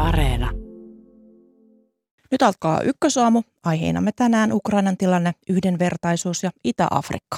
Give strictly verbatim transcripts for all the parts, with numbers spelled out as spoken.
Areena. Nyt alkaa Ykkösaamu. Aiheenamme tänään Ukrainan tilanne, yhdenvertaisuus ja Itä-Afrikka.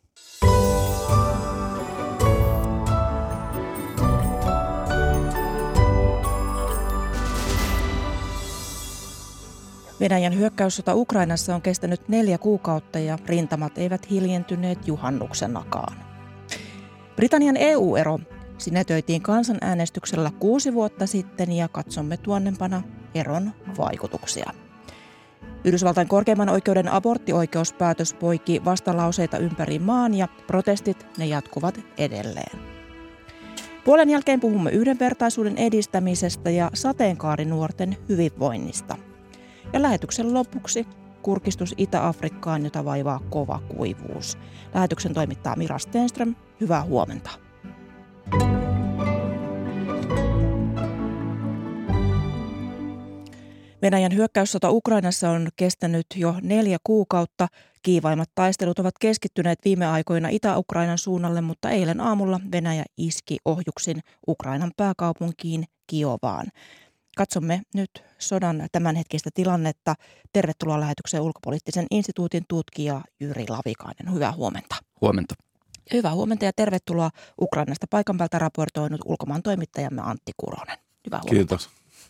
Venäjän hyökkäyssota Ukrainassa on kestänyt neljä kuukautta ja rintamat eivät hiljentyneet juhannuksenakaan. Britannian E U-ero sinetöitiin kansanäänestyksellä kuusi vuotta sitten ja katsomme tuonnempana eron vaikutuksia. Yhdysvaltain korkeimman oikeuden aborttioikeuspäätös poiki vastalauseita ympäri maan ja protestit ne jatkuvat edelleen. Puolen jälkeen puhumme yhdenvertaisuuden edistämisestä ja sateenkaarinuorten hyvinvoinnista. Ja lähetyksen lopuksi kurkistus Itä-Afrikkaan, jota vaivaa kova kuivuus. Lähetyksen toimittaa Mira Stenström. Hyvää huomenta. Venäjän hyökkäyssota Ukrainassa on kestänyt jo neljä kuukautta. Kiivaimmat taistelut ovat keskittyneet viime aikoina Itä-Ukrainan suunnalle, mutta eilen aamulla Venäjä iski ohjuksin Ukrainan pääkaupunkiin Kiovaan. Katsomme nyt sodan tämänhetkistä tilannetta. Tervetuloa lähetykseen Ulkopoliittisen instituutin tutkija Jyri Lavikainen. Hyvää huomenta. Huomenta. Hyvää huomenta ja tervetuloa Ukrainasta paikan päältä raportoinut ulkomaan toimittajamme Antti Kuronen. Hyvää huomenta. Kiitos.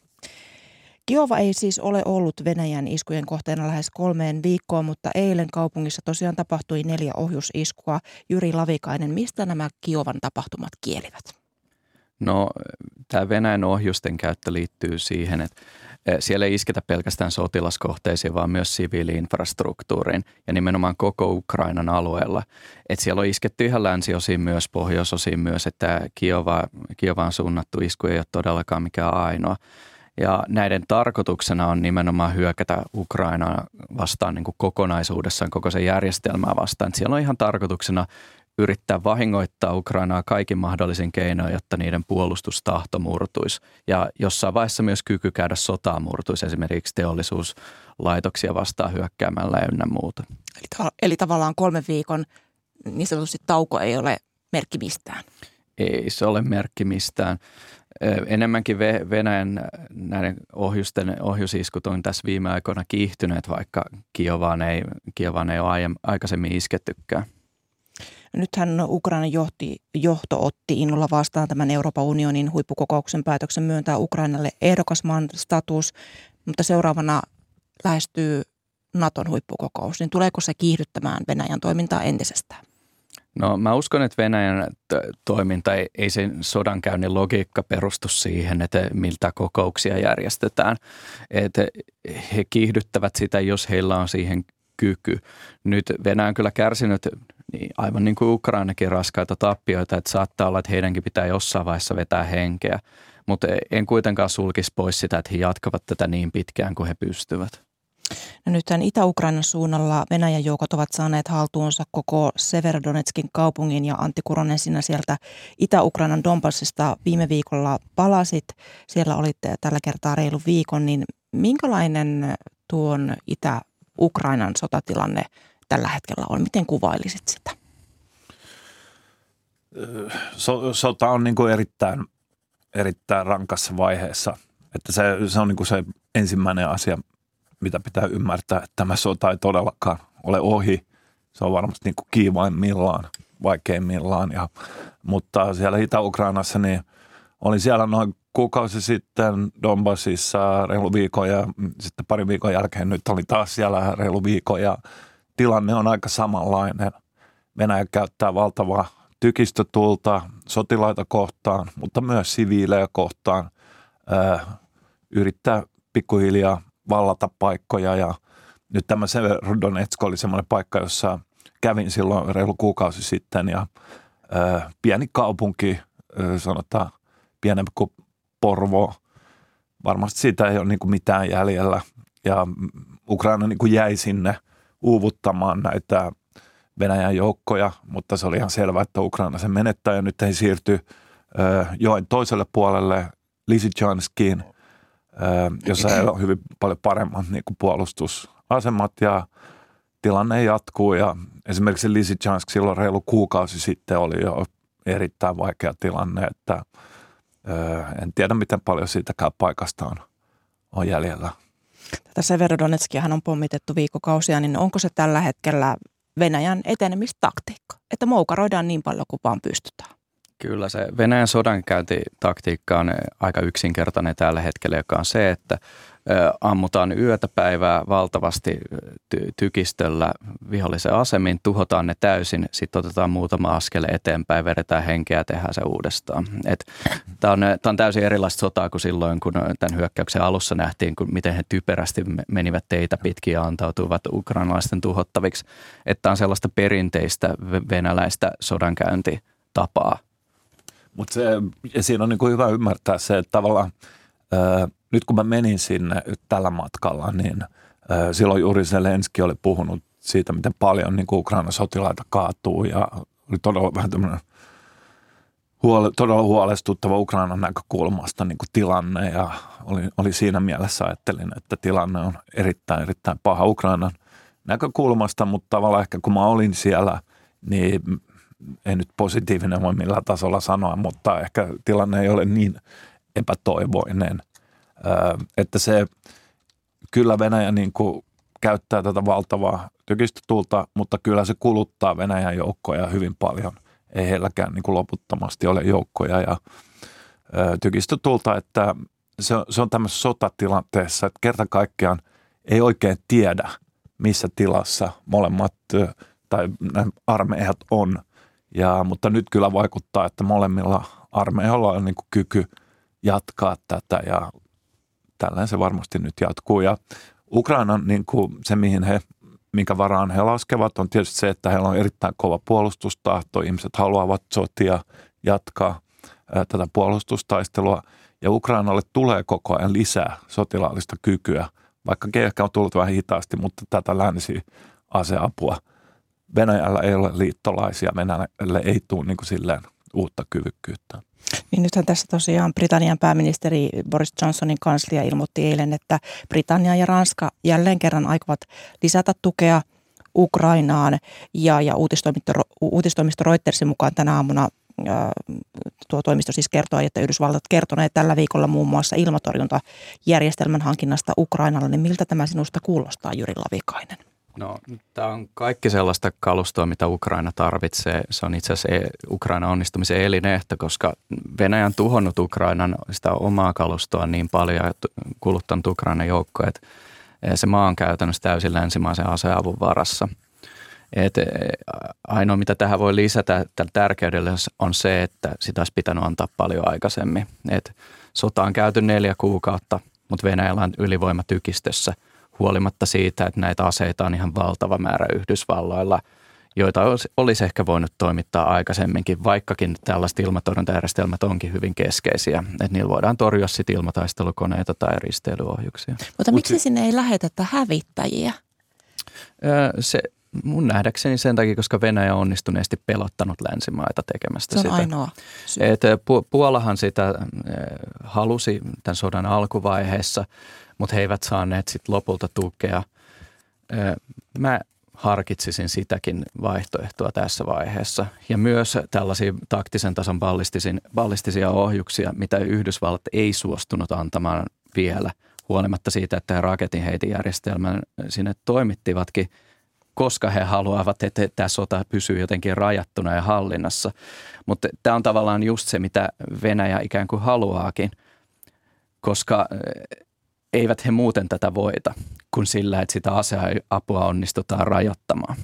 Kiova ei siis ole ollut Venäjän iskujen kohteena lähes kolmeen viikkoon, mutta eilen kaupungissa tosiaan tapahtui neljä ohjusiskua. Jyri Lavikainen, mistä nämä Kiovan tapahtumat kielivät? No, tämä Venäjän ohjusten käyttö liittyy siihen, että siellä ei isketä pelkästään sotilaskohteisiin, vaan myös siviili-infrastruktuuriin ja nimenomaan koko Ukrainan alueella. Että siellä on isketty ihan länsiosiin myös, pohjoisosiin myös, että Kiova, Kiovaan suunnattu isku ei ole todellakaan mikään ainoa. Ja näiden tarkoituksena on nimenomaan hyökätä Ukrainaa vastaan niin kuin kokonaisuudessaan, koko sen järjestelmää vastaan. Että siellä on ihan tarkoituksena yrittää vahingoittaa Ukrainaa kaikin mahdollisin keinoin, jotta niiden puolustustahto murtuisi. Ja jossain vaiheessa myös kyky käydä sotaa murtuisi, esimerkiksi teollisuuslaitoksia vastaan hyökkäämällä ja ynnä muuta. Eli, ta- eli tavallaan kolmen viikon niin sanotusti tauko ei ole merkki mistään? Ei se ole merkki mistään. Enemmänkin Venäjän näiden ohjusten, ohjusiskut on tässä viime aikoina kiihtyneet, vaikka Kiovaan ei, Kiovaan ei ole aikaisemmin iskettykään. Nythän Ukrainan johti, johto otti innolla vastaan tämän Euroopan unionin huippukokouksen päätöksen myöntää Ukrainalle ehdokasmaan status, mutta seuraavana lähestyy Naton huippukokous. Niin tuleeko se kiihdyttämään Venäjän toimintaa entisestään? No mä uskon, että Venäjän toiminta ei, ei sen sodankäynnin logiikka perustu siihen, että miltä kokouksia järjestetään. Että he kiihdyttävät sitä, jos heillä on siihen kyky. Nyt Venäjä on kyllä kärsinyt niin aivan niin kuin Ukrainakin raskaita tappioita, että saattaa olla, että heidänkin pitää jossain vaiheessa vetää henkeä. Mutta en kuitenkaan sulkisi pois sitä, että he jatkavat tätä niin pitkään kuin he pystyvät. No nythän Itä-Ukrainan suunnalla Venäjän joukot ovat saaneet haltuunsa koko Severodonetskin kaupungin ja Antti Kuronen, sinä sieltä Itä-Ukrainan Donbassista viime viikolla palasit. Siellä olit tällä kertaa reilu viikon, niin minkälainen tuon Itä-Ukrainan sotatilanne tällä hetkellä on? Miten kuvailisit sitä? So, sota on niin kuin erittäin, erittäin rankassa vaiheessa. Että se, se on niin kuin se ensimmäinen asia, mitä pitää ymmärtää, että tämä sota ei todellakaan ole ohi. Se on varmasti niin kuin kiivaimmillaan, vaikeimmillaan. Ja, mutta siellä Itä-Ukrainassa, niin olin siellä noin kuukausi sitten Donbassissa reilu viikon ja sitten parin viikon jälkeen nyt olin taas siellä reilu viikon ja tilanne on aika samanlainen. Venäjä käyttää valtavaa tykistötulta sotilaita kohtaan, mutta myös siviilejä kohtaan. Ö, yrittää pikkuhiljaa vallata paikkoja ja nyt tämä Severodonetsk oli semmoinen paikka, jossa kävin silloin reilu kuukausi sitten ja ö, pieni kaupunki, ö, sanotaan pienempi kuin Porvoo. Varmasti siitä ei ole niin kuin mitään jäljellä ja Ukraina niin kuin jäi sinne uuvuttamaan näitä Venäjän joukkoja, mutta se oli ihan selvää, että Ukraina sen menettää ja nyt he siirtyi ö, joen toiselle puolelle Lysychanskiin, jossa heillä on hyvin paljon paremmat niin kuin puolustusasemat ja tilanne jatkuu. Ja esimerkiksi Lysychansk silloin reilu kuukausi sitten oli jo erittäin vaikea tilanne, että En tiedä, miten paljon siitäkään paikasta on, on jäljellä. Tätä Severodonetskiahan on pommitettu viikkokausia, niin onko se tällä hetkellä Venäjän etenemistaktiikka, että moukaroidaan niin paljon kuin vaan pystytään? Kyllä se Venäjän sodankäyntitaktiikka on aika yksinkertainen tällä hetkellä, joka on se, että ammutaan yötä päivää valtavasti ty- tykistöllä vihollisen asemiin, tuhotaan ne täysin, sitten otetaan muutama askel eteenpäin, vedetään henkeä ja tehdään se uudestaan. Tämä on, on täysin erilaista sotaa kuin silloin, kun tämän hyökkäyksen alussa nähtiin, kun miten he typerästi menivät teitä pitkin ja antautuivat ukrainalaisten tuhottaviksi. Tämä on sellaista perinteistä venäläistä sodankäyntitapaa. Mutta siinä on niinku hyvä ymmärtää se, että tavallaan ää, nyt kun mä menin sinne tällä matkalla, niin ää, silloin juuri Zelenski oli puhunut siitä, miten paljon niinku Ukrainan sotilaita kaatuu ja oli todella vähän tämmöinen huole, todella huolestuttava Ukrainan näkökulmasta niinku tilanne ja oli, oli siinä mielessä ajattelin, että tilanne on erittäin, erittäin paha Ukrainan näkökulmasta, mutta tavallaan ehkä kun mä olin siellä, niin ei nyt positiivinen voi millään tasolla sanoa, mutta ehkä tilanne ei ole niin epätoivoinen, että se kyllä Venäjä niin kuin käyttää tätä valtavaa tykistötulta, mutta kyllä se kuluttaa Venäjän joukkoja hyvin paljon. Ei heilläkään niin kuin loputtomasti ole joukkoja ja tykistötulta, että se on, se on tämmöisessä sotatilanteessa, että kerta kaikkiaan ei oikein tiedä, missä tilassa molemmat tai nämä armeijat on. Ja, mutta nyt kyllä vaikuttaa, että molemmilla armeijoilla on niin kuin kyky jatkaa tätä ja tällään se varmasti nyt jatkuu. Ja Ukrainan niin kuin se, mihin he, minkä varaan he laskevat, on tietysti se, että heillä on erittäin kova puolustustahto. Ihmiset haluavat sotia jatkaa ää, tätä puolustustaistelua ja Ukrainalle tulee koko ajan lisää sotilaallista kykyä, vaikkakin ehkä on tullut vähän hitaasti, mutta tätä länsi-aseapua. Venäjällä ei ole liittolaisia, Venäjälle ei tule niin kuin silleen uutta kyvykkyyttä. Niin nythän tässä tosiaan Britannian pääministeri Boris Johnsonin kanslia ilmoitti eilen, että Britannia ja Ranska jälleen kerran aikovat lisätä tukea Ukrainaan ja, ja uutistoimisto, uutistoimisto Reutersin mukaan tänä aamuna ää, tuo toimisto siis kertoi, että Yhdysvallat kertoneet tällä viikolla muun muassa ilmatorjuntajärjestelmän hankinnasta Ukrainalle. Niin miltä tämä sinusta kuulostaa, Jyri Lavikainen? No, tämä on kaikki sellaista kalustoa, mitä Ukraina tarvitsee. Se on itse asiassa Ukrainan onnistumisen elinehto, koska Venäjä on tuhonnut Ukrainan sitä omaa kalustoa niin paljon ja kuluttanut Ukrainan joukkoja, että se maa on käytännössä täysin länsimaisen aseavun varassa. Et ainoa, mitä tähän voi lisätä tällä tärkeydellä on se, että sitä olisi pitänyt antaa paljon aikaisemmin. Et sota on käyty neljä kuukautta, mutta Venäjällä on ylivoima tykistössä. Huolimatta siitä, että näitä aseita on ihan valtava määrä Yhdysvalloilla, joita olisi ehkä voinut toimittaa aikaisemminkin, vaikkakin tällaiset ilmatorjuntajärjestelmät onkin hyvin keskeisiä. Että niillä voidaan torjua sitten ilmataistelukoneita tai risteilyohjuksia. Mutta miksi sinne ei lähetetä hävittäjiä? Se mun nähdäkseni sen takia, koska Venäjä on onnistuneesti pelottanut länsimaita tekemästä sitä. Se on sitä. Ainoa syy. Et Puolahan sitä halusi tämän sodan alkuvaiheessa, mutta he eivät saaneet sitten lopulta tukea. Mä harkitsisin sitäkin vaihtoehtoa tässä vaiheessa. Ja myös tällaisia taktisen tason ballistisia ohjuksia, mitä Yhdysvallat ei suostunut antamaan vielä, huolimatta siitä, että he raketinheitijärjestelmän sinne toimittivatkin, koska he haluavat, että tämä sota pysyy jotenkin rajattuna ja hallinnassa. Mutta tämä on tavallaan just se, mitä Venäjä ikään kuin haluaakin, koska eivät he muuten tätä voita kuin sillä, että sitä aseapua onnistutaan rajoittamaan.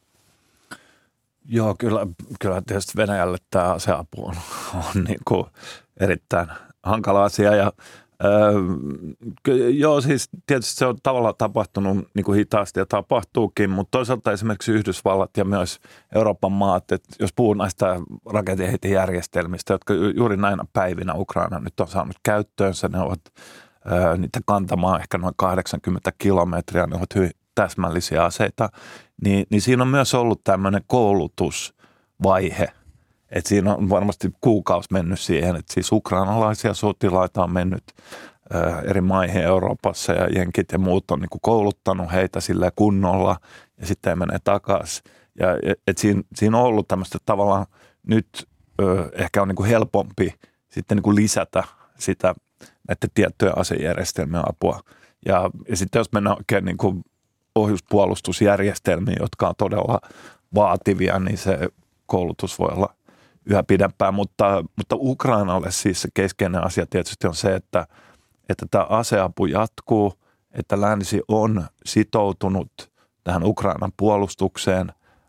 Joo, kyllä, kyllä tietysti Venäjälle tämä aseapu on, on niin kuin erittäin hankala asia. Ja, öö, joo, siis tietysti se on tavallaan tapahtunut niin kuin hitaasti ja tapahtuukin, mutta toisaalta esimerkiksi Yhdysvallat ja myös Euroopan maat, että jos puhun näistä raketinheitijärjestelmistä, jotka juuri näinä päivinä Ukraina nyt on saanut käyttöönsä, ne ovat niitä kantamaan ehkä noin kahdeksankymmentä kilometriä, ne ovat hyvin täsmällisiä aseita, niin, niin siinä on myös ollut tämmöinen koulutusvaihe, että siinä on varmasti kuukausi mennyt siihen, että siis ukrainalaisia sotilaita on mennyt ää, eri maihin Euroopassa ja jenkit ja muut on niin kuin kouluttanut heitä sillä kunnolla ja sitten menee takaisin. Ja että siinä, siinä on ollut tämmöistä tavallaan nyt ö, ehkä on niin kuin helpompi sitten niin kuin lisätä sitä näiden tiettyjen asejärjestelmien apua. Ja, ja sitten jos mennään oikein niin kuin ohjuspuolustusjärjestelmiin, jotka on todella vaativia, niin se koulutus voi olla yhä pidempään. Mutta, mutta Ukrainalle siis se keskeinen asia tietysti on se, että, että tämä aseapu jatkuu, että länsi on sitoutunut tähän Ukrainan puolustukseen,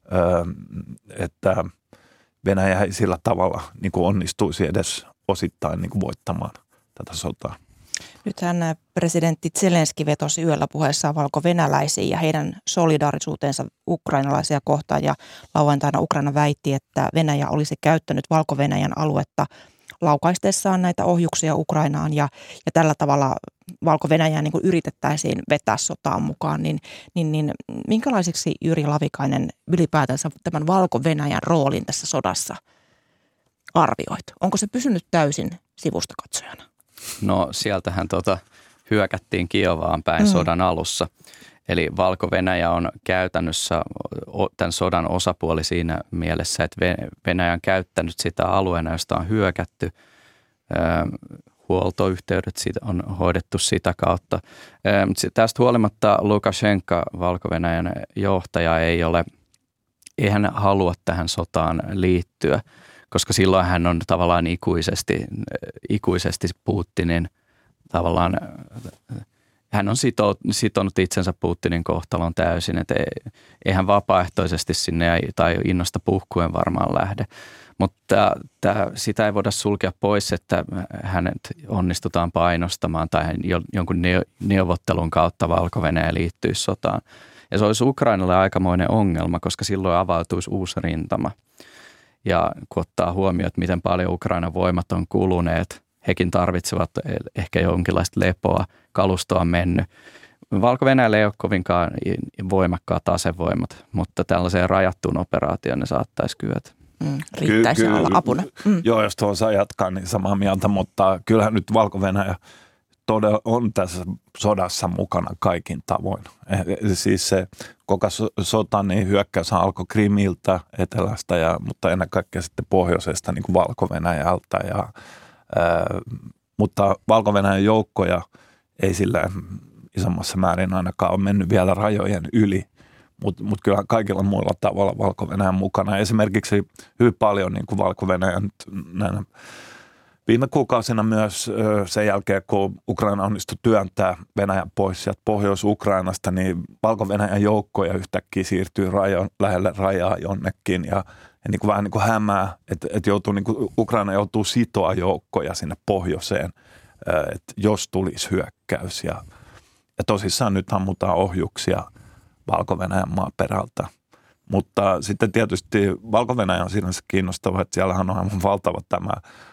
että Venäjä ei sillä tavalla niin kuin onnistuisi edes osittain niin kuin voittamaan tätä sotaa. Nythän presidentti Zelenski vetosi yöllä puheessaan valko-venäläisiin ja heidän solidaarisuutensa ukrainalaisia kohtaan. Ja lauantaina Ukraina väitti, että Venäjä olisi käyttänyt Valko-Venäjän aluetta laukaistessaan näitä ohjuksia Ukrainaan. Ja, ja tällä tavalla Valko-Venäjää niin kuin yritettäisiin vetää sotaan mukaan. Niin, niin, niin minkälaisiksi Jyri Lavikainen ylipäätänsä tämän Valko-Venäjän roolin tässä sodassa arvioit? Onko se pysynyt täysin sivusta katsojana? No sieltähän tota hyökättiin Kiovaan päin mm. sodan alussa. Eli Valko-Venäjä on käytännössä tämän sodan osapuoli siinä mielessä, että Venäjä on käyttänyt sitä alueena, josta on hyökätty. Huoltoyhteydet on hoidettu sitä kautta. Tästä huolimatta Lukashenka, Valko-Venäjän johtaja, ei ole, ei hän halua tähän sotaan liittyä, koska silloin hän on tavallaan ikuisesti, ikuisesti Putinin tavallaan, hän on sitonut itsensä Putinin kohtalon täysin, että eihän vapaaehtoisesti sinne tai innosta puhkuen varmaan lähde. Mutta tämä, sitä ei voida sulkea pois, että hänet onnistutaan painostamaan tai jonkun neuvottelun kautta Valko-Venäjä liittyisi sotaan. Ja se olisi Ukrainalle aikamoinen ongelma, koska silloin avautuisi uusi rintama. Ja kun ottaa huomioon, että miten paljon Ukrainan voimat on kuluneet, hekin tarvitsevat ehkä jonkinlaista lepoa, kalustoa on mennyt. Valko-Venäjällä ei ole kovinkaan voimakkaat asevoimat, mutta tällaiseen rajattuun operaatioon ne saattaisi kyetä. Mm, riittäisi ky- ky- olla apuna. Mm. Joo, jos tuohon saa jatkaa, niin samaa mieltä, mutta kyllähän nyt Valko-Venäjä todella on tässä sodassa mukana kaikin tavoin. Siis se koko sota, niin hyökkäys alkoi Krimiltä, etelästä, ja, mutta ennen kaikkea sitten pohjoisesta niin kuin Valko-Venäjältä. Ja, ää, mutta Valko-Venäjän joukkoja ei sillä isommassa määrin ainakaan ole mennyt vielä rajojen yli, mutta mut kyllä kaikilla muilla tavalla Valko-Venäjän mukana. Esimerkiksi hyvin paljon niin kuin Valko-Venäjän näin, viime kuukausina myös sen jälkeen, kun Ukraina onnistui työntää Venäjän pois sieltä Pohjois-Ukrainasta, niin Valko-Venäjän joukkoja yhtäkkiä siirtyy rajo, lähelle rajaa jonnekin ja, ja niin kuin vähän niin kuin hämää, että, että joutuu, niin kuin Ukraina joutuu sitoa joukkoja sinne pohjoiseen, että jos tulisi hyökkäys. Ja, ja tosissaan nyt ammutaan ohjuksia Valko-Venäjän maaperältä. Mutta sitten tietysti Valko-Venäjä on sinänsä kiinnostava, että siellähän on aivan valtava tämä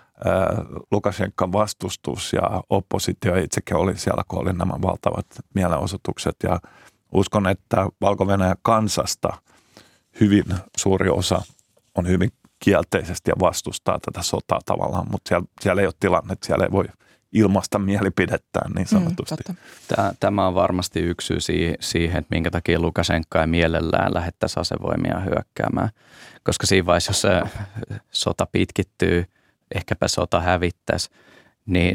Lukashenkan vastustus ja oppositio itsekin oli siellä, kun oli nämä valtavat mielenosoitukset. Ja uskon, että Valko-Venäjän kansasta hyvin suuri osa on hyvin kielteisesti ja vastustaa tätä sotaa tavallaan, mutta siellä, siellä ei ole tilanne, että siellä ei voi ilmaista mielipidettään niin sanotusti. Mm, Tämä on varmasti yksi syy siihen, että minkä takia Lukashenka ei mielellään lähettäisi asevoimia hyökkäämään, koska siinä vaiheessa, jos se sota pitkittyy, ehkäpä sota hävittäisi, niin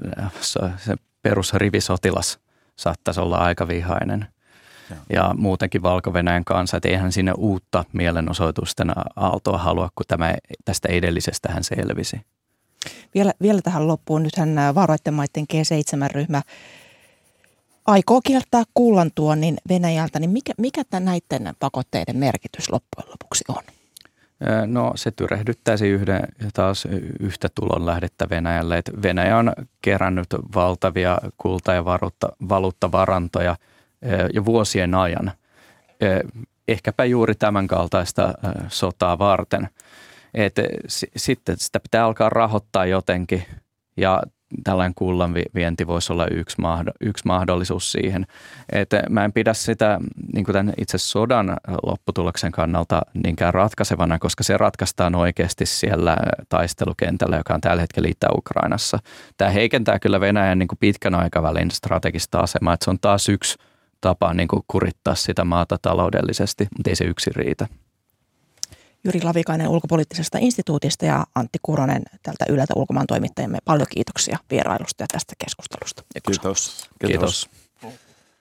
se perusrivisotilas saattaisi olla aika vihainen. Ja, ja muutenkin Valko-Venäjän kanssa, että eihän sinne uutta mielenosoitusten aaltoa halua, kun tämä, tästä edellisestä hän selvisi. Vielä, vielä tähän loppuun. Nythän vauraiden maiden G seitsemän -ryhmä aikoo kieltää kullantuonnin Venäjältä. Niin mikä, mikä näiden pakotteiden merkitys loppujen lopuksi on? No se tyrehdyttäisi yhden, taas yhtä tulonlähdettä Venäjälle. Että Venäjä on kerännyt valtavia kulta- ja valuuttavarantoja jo vuosien ajan. Ehkäpä juuri tämän kaltaista sotaa varten. Et sitten sitä pitää alkaa rahoittaa jotenkin ja tällainen kullan vienti voisi olla yksi, yksi mahdollisuus siihen. Et mä en pidä sitä niin kuin tämän itse sodan lopputuloksen kannalta niinkään ratkaisevana, koska se ratkaistaan oikeasti siellä taistelukentällä, joka on tällä hetkellä Itä-Ukrainassa. Tämä heikentää kyllä Venäjän niin kuin pitkän aikavälin strategista asemaa, että se on taas yksi tapa niin kuin kurittaa sitä maata taloudellisesti, mutta ei se yksin riitä. Jyri Lavikainen ulkopoliittisesta instituutista ja Antti Kuronen tältä Yleltä ulkomaan toimittajamme. Paljon kiitoksia vierailusta ja tästä keskustelusta. Kiitos. Kiitos. Kiitos.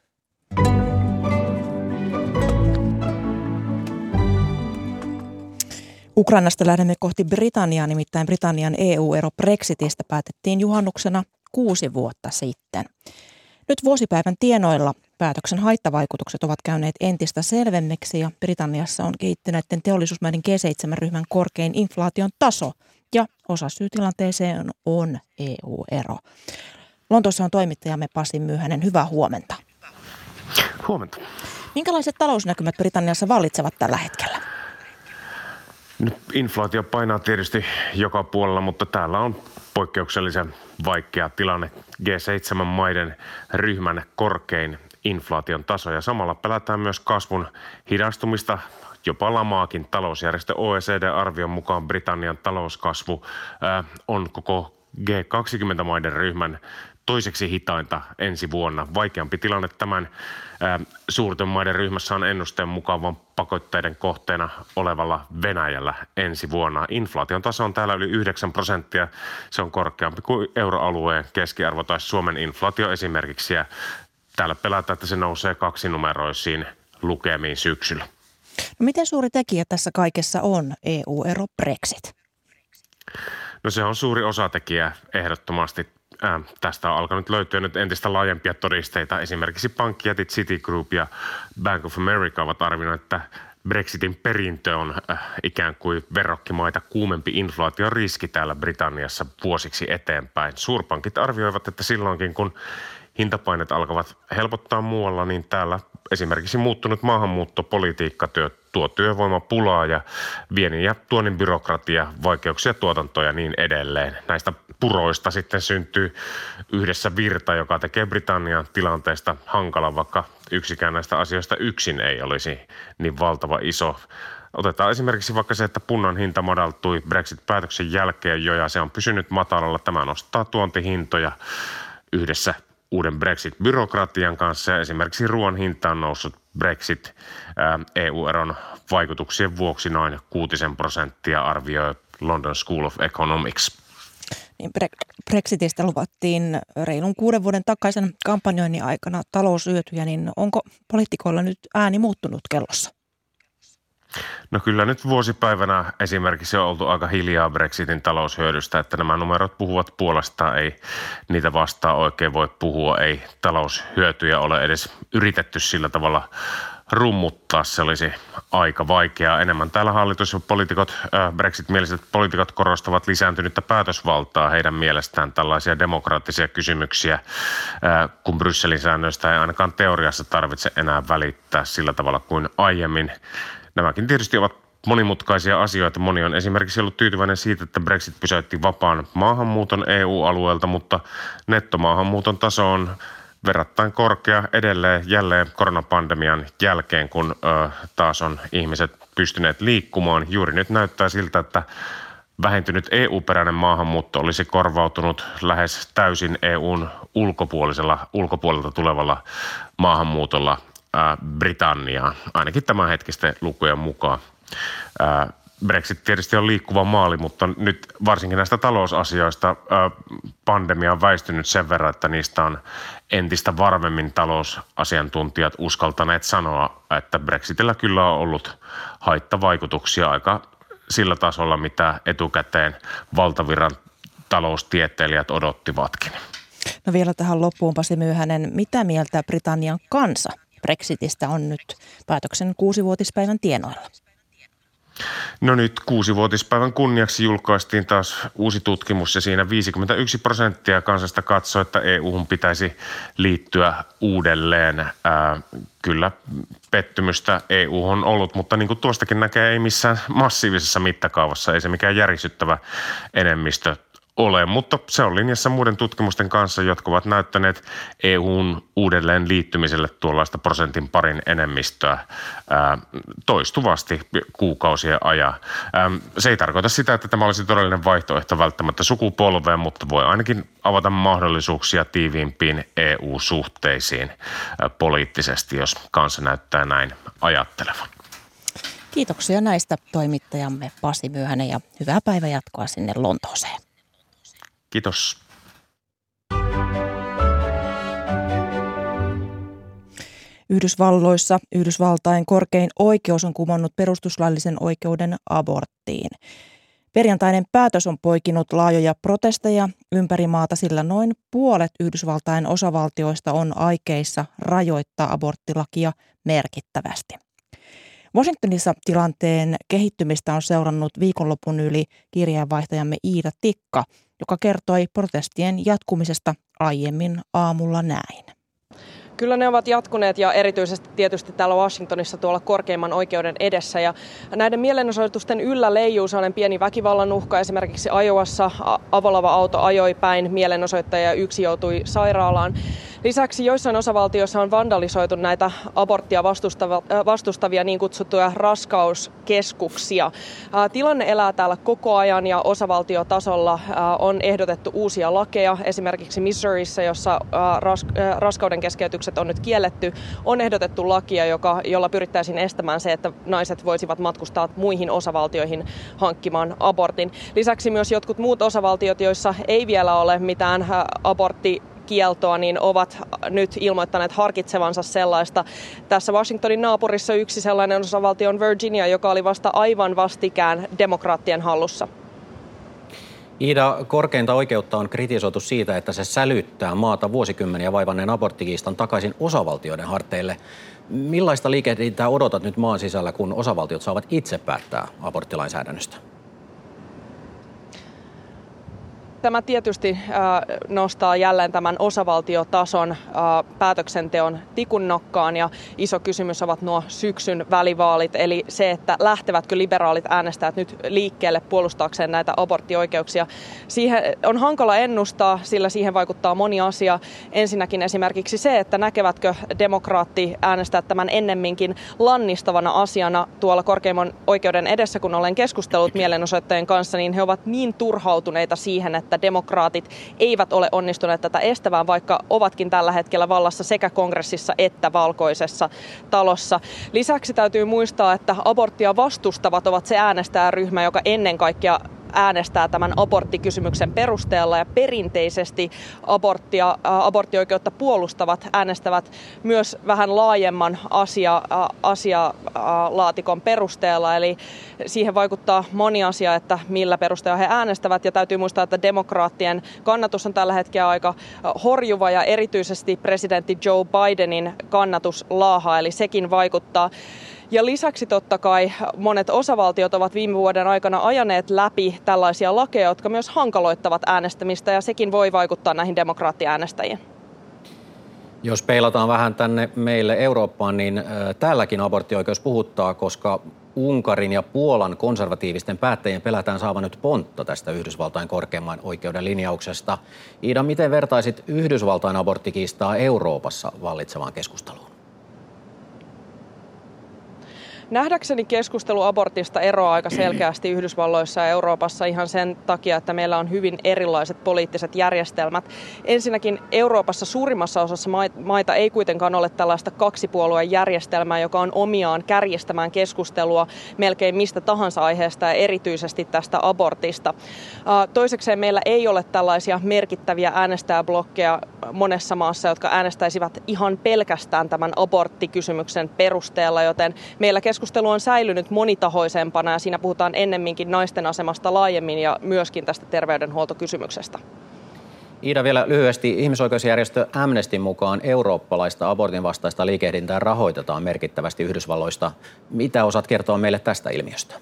Ukrainasta lähdemme kohti Britanniaa, nimittäin Britannian E U-ero Brexitistä päätettiin juhannuksena kuusi vuotta sitten. Nyt vuosipäivän tienoilla päätöksen haittavaikutukset ovat käyneet entistä selvemmiksi ja Britanniassa on kehittyneiden teollisuusmaiden G seitsemän -ryhmän korkein inflaation taso ja osasyy tilanteeseen on E U-ero. Lontoossa on toimittajamme Pasi Myyhänen. Hyvää huomenta. Huomenta. Minkälaiset talousnäkymät Britanniassa vallitsevat tällä hetkellä? Nyt inflaatio painaa tietysti joka puolella, mutta täällä on poikkeuksellisen vaikea tilanne. G seitsemän -maiden ryhmän korkein inflaation taso ja samalla pelätään myös kasvun hidastumista, jopa lamaakin. Talousjärjestö O E C D-arvion mukaan Britannian talouskasvu ää, on koko G kaksikymmentä -maiden ryhmän toiseksi hitainta ensi vuonna. Vaikeampi tilanne tämän ää, suurten maiden ryhmässä on ennusteen mukaan vain pakotteiden kohteena olevalla Venäjällä ensi vuonna. Inflaation taso on täällä yli yhdeksän prosenttia. Se on korkeampi kuin euroalueen keskiarvo tai Suomen inflaatio esimerkiksi. Ja täällä pelätään, että se nousee kaksinumeroisiin lukemiin syksyllä. No miten suuri tekijä tässä kaikessa on E U-ero Brexit? No se on suuri osatekijä ehdottomasti. Äh, tästä on alkanut löytyä nyt entistä laajempia todisteita. Esimerkiksi pankkijätit Citigroup ja Bank of America ovat arvioineet, että Brexitin perintö on äh, ikään kuin verrokkimaita kuumempi inflaation riski täällä Britanniassa vuosiksi eteenpäin. Suurpankit arvioivat, että silloinkin kun hintapainet alkavat helpottaa muualla, niin täällä esimerkiksi muuttunut maahanmuuttopolitiikka työ, tuo työvoimapulaa ja viennin ja tuonnin byrokratia, vaikeuksia tuotantoja ja niin edelleen. Näistä puroista sitten syntyy yhdessä virta, joka tekee Britannian tilanteesta hankalan, vaikka yksikään näistä asioista yksin ei olisi niin valtava iso. Otetaan esimerkiksi vaikka se, että punnan hinta madaltui Brexit-päätöksen jälkeen jo ja se on pysynyt matalalla. Tämä nostaa tuontihintoja yhdessä uuden Brexit-byrokratian kanssa ja esimerkiksi ruoan hinta on noussut Brexit-E U-eron vaikutuksien vuoksi noin kuutisen prosenttia, arvioi London School of Economics. Niin Brexitistä luvattiin reilun kuuden vuoden takaisen kampanjoinnin aikana taloushyötyjä, niin onko poliitikoilla nyt ääni muuttunut kellossa? No kyllä nyt vuosipäivänä esimerkiksi on oltu aika hiljaa Brexitin taloushyödystä, että nämä numerot puhuvat puolestaan, ei niitä vastaan oikein voi puhua, ei taloushyötyjä ole edes yritetty sillä tavalla rummuttaa, se olisi aika vaikeaa. Enemmän täällä hallitus ja poliitikot, Brexit-mieliset poliitikot korostavat lisääntynyttä päätösvaltaa heidän mielestään tällaisia demokraattisia kysymyksiä, kun Brysselin säännöistä ei ainakaan teoriassa tarvitse enää välittää sillä tavalla kuin aiemmin. Nämäkin tietysti ovat monimutkaisia asioita. Moni on esimerkiksi ollut tyytyväinen siitä, että Brexit pysäytti vapaan maahanmuuton E U-alueelta, mutta nettomaahanmuuton taso on verrattain korkea edelleen jälleen koronapandemian jälkeen, kun ö, taas on ihmiset pystyneet liikkumaan. Juuri nyt näyttää siltä, että vähentynyt E U-peräinen maahanmuutto olisi korvautunut lähes täysin E U:n ulkopuolisella, ulkopuolelta tulevalla maahanmuutolla Britanniaan, ainakin tämänhetkisten lukujen mukaan. Brexit tietysti on liikkuva maali, mutta nyt varsinkin näistä talousasioista pandemia on väistynyt sen verran, että niistä on entistä varmemmin talousasiantuntijat uskaltaneet sanoa, että Brexitillä kyllä on ollut haittavaikutuksia aika sillä tasolla, mitä etukäteen valtavirran taloustieteilijät odottivatkin. No vielä tähän loppuun, Pasi Myyhänen, mitä mieltä Britannian kansa Brexitistä on nyt päätöksen kuusivuotispäivän tienoilla? No nyt kuusivuotispäivän kunniaksi julkaistiin taas uusi tutkimus ja siinä viisikymmentäyksi prosenttia kansasta katsoi, että E U:hun pitäisi liittyä uudelleen. Ää, kyllä pettymystä E U:hun on ollut, mutta niin kuin tuostakin näkee, ei missään massiivisessa mittakaavassa, ei se mikään järisyttävä enemmistö ole, mutta se on linjassa muiden tutkimusten kanssa, jotka ovat näyttäneet E U:n uudelleen liittymiselle tuollaista prosentin parin enemmistöä ää, toistuvasti kuukausien ajan. Ää, se ei tarkoita sitä, että tämä olisi todellinen vaihtoehto välttämättä sukupolveen, mutta voi ainakin avata mahdollisuuksia tiiviimpiin E U-suhteisiin ää, poliittisesti, jos kansa näyttää näin ajattelevan. Kiitoksia näistä toimittajamme Pasi Myöhänen ja hyvää päivänjatkoa sinne Lontooseen. Kiitos. Yhdysvalloissa Yhdysvaltain korkein oikeus on kumonnut perustuslaillisen oikeuden aborttiin. Perjantainen päätös on poikinut laajoja protesteja ympäri maata, sillä noin puolet Yhdysvaltain osavaltioista on aikeissa rajoittaa aborttilakia merkittävästi. Washingtonissa tilanteen kehittymistä on seurannut viikonlopun yli kirjeenvaihtajamme Iida Tikka, joka kertoi protestien jatkumisesta aiemmin aamulla näin. Kyllä ne ovat jatkuneet ja erityisesti tietysti täällä Washingtonissa tuolla korkeimman oikeuden edessä. Ja näiden mielenosoitusten yllä leijuu sellainen pieni väkivallan uhka. Esimerkiksi Iowassa avolava-auto ajoi päin mielenosoittajia ja yksi joutui sairaalaan. Lisäksi joissain osavaltioissa on vandalisoitu näitä aborttia vastustavia niin kutsuttuja raskauskeskuksia. Tilanne elää täällä koko ajan ja osavaltiotasolla on ehdotettu uusia lakeja. Esimerkiksi Missourissa, jossa raskauden keskeytykset on nyt kielletty, on ehdotettu lakia, joka, jolla pyrittäisiin estämään se, että naiset voisivat matkustaa muihin osavaltioihin hankkimaan abortin. Lisäksi myös jotkut muut osavaltiot, joissa ei vielä ole mitään abortti kieltoa, niin ovat nyt ilmoittaneet harkitsevansa sellaista. Tässä Washingtonin naapurissa yksi sellainen osavaltio on Virginia, joka oli vasta aivan vastikään demokraattien hallussa. Iida, korkeinta oikeutta on kritisoitu siitä, että se sälyttää maata vuosikymmeniä vaivanneen aborttikiistan takaisin osavaltioiden harteille. Millaista liikehdintää odotat nyt maan sisällä, kun osavaltiot saavat itse päättää aborttilainsäädännöstä? Tämä tietysti nostaa jälleen tämän osavaltiotason päätöksenteon tikunnokkaan ja iso kysymys ovat nuo syksyn välivaalit, eli se, että lähtevätkö liberaalit äänestäjät nyt liikkeelle puolustaakseen näitä aborttioikeuksia. Siihen on hankala ennustaa, sillä siihen vaikuttaa moni asia. Ensinnäkin esimerkiksi se, että näkevätkö demokraattiäänestäjät tämän ennemminkin lannistavana asiana tuolla korkeimman oikeuden edessä, kun olen keskustellut mielenosoittajien kanssa, niin he ovat niin turhautuneita siihen, että demokraatit eivät ole onnistuneet tätä estämään, vaikka ovatkin tällä hetkellä vallassa sekä kongressissa että valkoisessa talossa. Lisäksi täytyy muistaa, että aborttia vastustavat ovat se äänestäjäryhmä, joka ennen kaikkea äänestää tämän aborttikysymyksen perusteella ja perinteisesti aborttia, aborttioikeutta puolustavat äänestävät myös vähän laajemman asia, asialaatikon perusteella. Eli siihen vaikuttaa moni asia, että millä perusteella he äänestävät. Ja täytyy muistaa, että demokraattien kannatus on tällä hetkellä aika horjuva ja erityisesti presidentti Joe Bidenin kannatus laahaa, eli sekin vaikuttaa. Ja lisäksi totta kai monet osavaltiot ovat viime vuoden aikana ajaneet läpi tällaisia lakeja, jotka myös hankaloittavat äänestämistä, ja sekin voi vaikuttaa näihin demokraattiäänestäjiin. Jos peilataan vähän tänne meille Eurooppaan, niin äh, täälläkin aborttioikeus puhuttaa, koska Unkarin ja Puolan konservatiivisten päättäjien pelätään saavan nyt pontta tästä Yhdysvaltain korkeimman oikeuden linjauksesta. Iida, miten vertaisit Yhdysvaltain aborttikiistaa Euroopassa vallitsevaan keskusteluun? Nähdäkseni keskustelu abortista eroaa aika selkeästi Yhdysvalloissa ja Euroopassa ihan sen takia, että meillä on hyvin erilaiset poliittiset järjestelmät. Ensinnäkin Euroopassa suurimmassa osassa maita ei kuitenkaan ole tällaista kaksipuolueen järjestelmää, joka on omiaan kärjistämään keskustelua melkein mistä tahansa aiheesta ja erityisesti tästä abortista. Toisekseen meillä ei ole tällaisia merkittäviä äänestäjäblokkeja monessa maassa, jotka äänestäisivät ihan pelkästään tämän aborttikysymyksen perusteella, joten meillä keskustelu on säilynyt monitahoisempana ja siinä puhutaan ennemminkin naisten asemasta laajemmin ja myöskin tästä terveydenhuoltokysymyksestä. Iida, vielä lyhyesti. Ihmisoikeusjärjestö Amnestyn mukaan eurooppalaista abortin vastaista liikehdintää rahoitetaan merkittävästi Yhdysvalloista. Mitä osaat kertoa meille tästä ilmiöstä?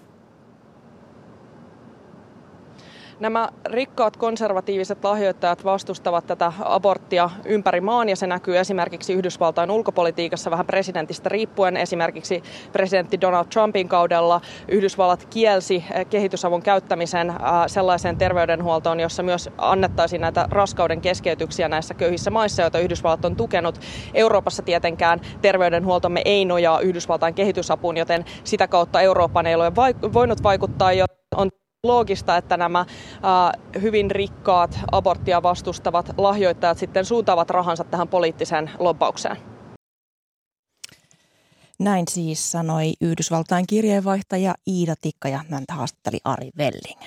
Nämä rikkaat konservatiiviset lahjoittajat vastustavat tätä aborttia ympäri maan ja se näkyy esimerkiksi Yhdysvaltain ulkopolitiikassa vähän presidentistä riippuen. Esimerkiksi presidentti Donald Trumpin kaudella Yhdysvallat kielsi kehitysavun käyttämisen sellaiseen terveydenhuoltoon, jossa myös annettaisiin näitä raskauden keskeytyksiä näissä köyhissä maissa, joita Yhdysvallat on tukenut. Euroopassa tietenkään terveydenhuoltomme ei nojaa Yhdysvaltain kehitysapuun, joten sitä kautta Euroopan ei ole voinut vaikuttaa, jo on loogista, että nämä äh, hyvin rikkaat aborttia vastustavat lahjoittajat sitten suuntaavat rahansa tähän poliittiseen lobbaukseen. Näin siis sanoi Yhdysvaltain kirjeenvaihtaja Iida Tikka ja häntä haastatteli Ari Velling.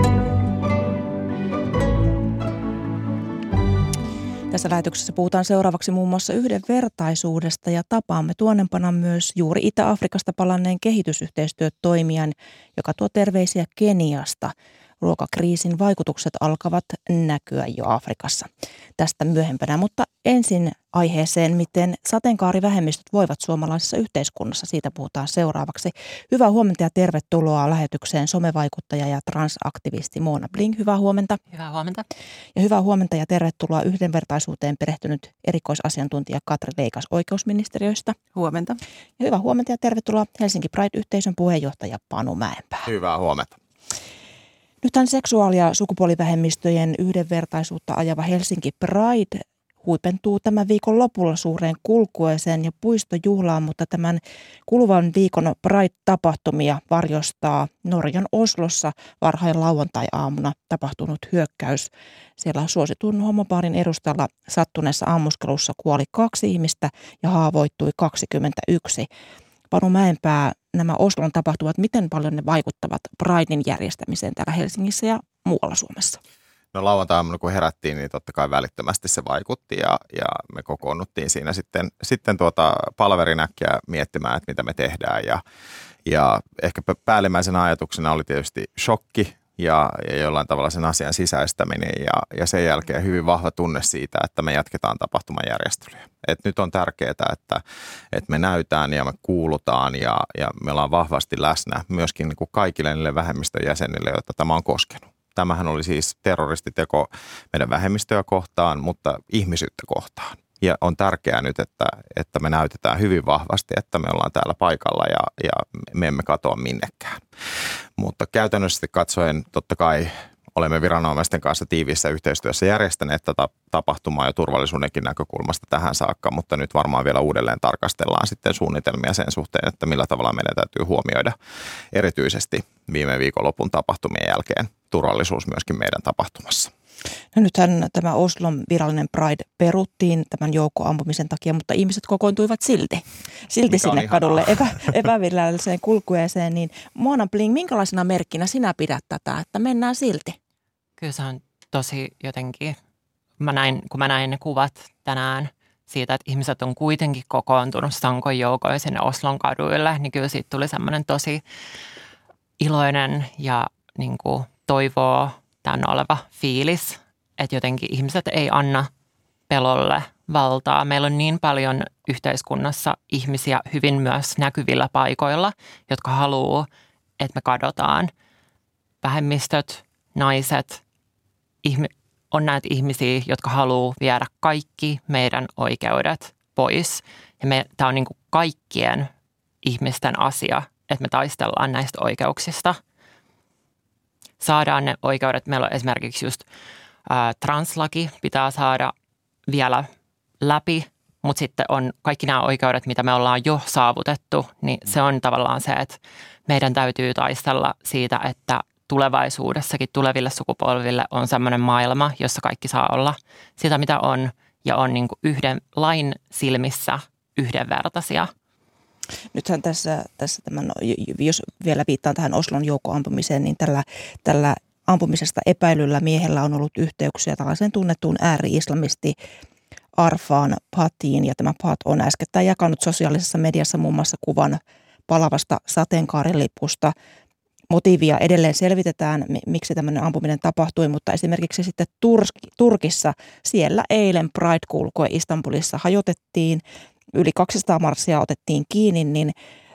Tässä lähetyksessä puhutaan seuraavaksi muun muassa yhdenvertaisuudesta ja tapaamme tuonnempana myös juuri Itä-Afrikasta palanneen kehitysyhteistyötoimijan, joka tuo terveisiä Keniasta. Ruokakriisin vaikutukset alkavat näkyä jo Afrikassa. Tästä myöhempänä, mutta ensin aiheeseen, miten sateenkaarivähemmistöt voivat suomalaisessa yhteiskunnassa. Siitä puhutaan seuraavaksi. Hyvää huomenta ja tervetuloa lähetykseen somevaikuttaja ja transaktivisti Moona Bling. Hyvää huomenta. Hyvää huomenta. Ja hyvää huomenta ja tervetuloa yhdenvertaisuuteen perehtynyt erikoisasiantuntija Katri Veikas oikeusministeriöstä. Huomenta. Ja hyvää huomenta ja tervetuloa Helsinki Pride-yhteisön puheenjohtaja Panu Mäenpää. Hyvää huomenta. Nythän seksuaali- ja sukupuolivähemmistöjen yhdenvertaisuutta ajava Helsinki Pride huipentuu tämän viikon lopulla suureen kulkueeseen ja puistojuhlaan, mutta tämän kuluvan viikon Pride-tapahtumia varjostaa Norjan Oslossa varhain lauantai-aamuna tapahtunut hyökkäys. Siellä suositun homopaarin edustalla sattuneessa ammuskelussa kuoli kaksi ihmistä ja haavoittui kaksikymmentäyksi. Panu Mäenpää, nämä Oslon tapahtumat, miten paljon ne vaikuttavat Pridein järjestämiseen täällä Helsingissä ja muualla Suomessa? No lauantai-aamuna kun herättiin, niin totta kai välittömästi se vaikutti ja, ja me kokoonnuttiin siinä sitten, sitten tuota palverinäkkiä miettimään, että mitä me tehdään. Ja, ja ehkä päällimmäisenä ajatuksena oli tietysti shokki ja, ja jollain tavalla sen asian sisäistäminen ja, ja sen jälkeen hyvin vahva tunne siitä, että me jatketaan tapahtumajärjestelyjä. Et nyt on tärkeää, että, että me näytään ja me kuulutaan ja, ja me ollaan vahvasti läsnä myöskin niin kuin kaikille niille vähemmistön jäsenille, joita tämä on koskenut. Tämähän oli siis terroristiteko meidän vähemmistöä kohtaan, mutta ihmisyyttä kohtaan. Ja on tärkeää nyt, että, että me näytetään hyvin vahvasti, että me ollaan täällä paikalla ja, ja me emme katoa minnekään. Mutta käytännössä katsoen totta kai olemme viranomaisten kanssa tiiviissä yhteistyössä järjestäneet tätä tapahtumaa jo turvallisuudenkin näkökulmasta tähän saakka, mutta nyt varmaan vielä uudelleen tarkastellaan sitten suunnitelmia sen suhteen, että millä tavalla meidän täytyy huomioida erityisesti viime viikonlopun tapahtumien jälkeen turvallisuus myöskin meidän tapahtumassa. No nythän tämä Oslon virallinen Pride peruttiin tämän joukkoampumisen takia, mutta ihmiset kokoontuivat silti, silti sinne kadulle epä, epäviralliseen kulkueeseen. Niin Moona Bling, minkälaisena merkkinä sinä pidät tätä, että mennään silti? Kyllä se on tosi jotenkin, mä näin, kun mä näin ne kuvat tänään siitä, että ihmiset on kuitenkin kokoontunut sankon joukoin sinne Oslon kaduille, niin kyllä siitä tuli semmoinen tosi iloinen ja niin kuin toivoa täynnä oleva fiilis, että jotenkin ihmiset ei anna pelolle valtaa. Meillä on niin paljon yhteiskunnassa ihmisiä hyvin myös näkyvillä paikoilla, jotka haluaa, että me kadotaan. Vähemmistöt, naiset, ihmi- on näitä ihmisiä, jotka haluaa viedä kaikki meidän oikeudet pois. Ja me, tämä on niin kuin kaikkien ihmisten asia, että me taistellaan näistä oikeuksista. Saadaan ne oikeudet. Meillä on esimerkiksi just ä, translaki pitää saada vielä läpi, mutta sitten on kaikki nämä oikeudet, mitä me ollaan jo saavutettu, niin se on tavallaan se, että meidän täytyy taistella siitä, että tulevaisuudessakin tuleville sukupolville on sellainen maailma, jossa kaikki saa olla sitä, mitä on ja on niin kuin yhden lain silmissä yhdenvertaisia. Nythän tässä, tässä tämän, jos vielä viittaan tähän Oslon joukkoampumiseen, niin tällä, tällä ampumisesta epäilyllä miehellä on ollut yhteyksiä tällaiseen tunnettuun ääri-islamisti Arfaan Patiin. Ja tämä Pat on äskettäin jakanut sosiaalisessa mediassa muun muassa kuvan palavasta sateenkaarilipusta. Motiivia edelleen selvitetään, miksi tämmöinen ampuminen tapahtui, mutta esimerkiksi sitten Turkissa, siellä eilen Pride-kulkue Istanbulissa hajotettiin. Yli kaksisataa marssia otettiin kiinni, niin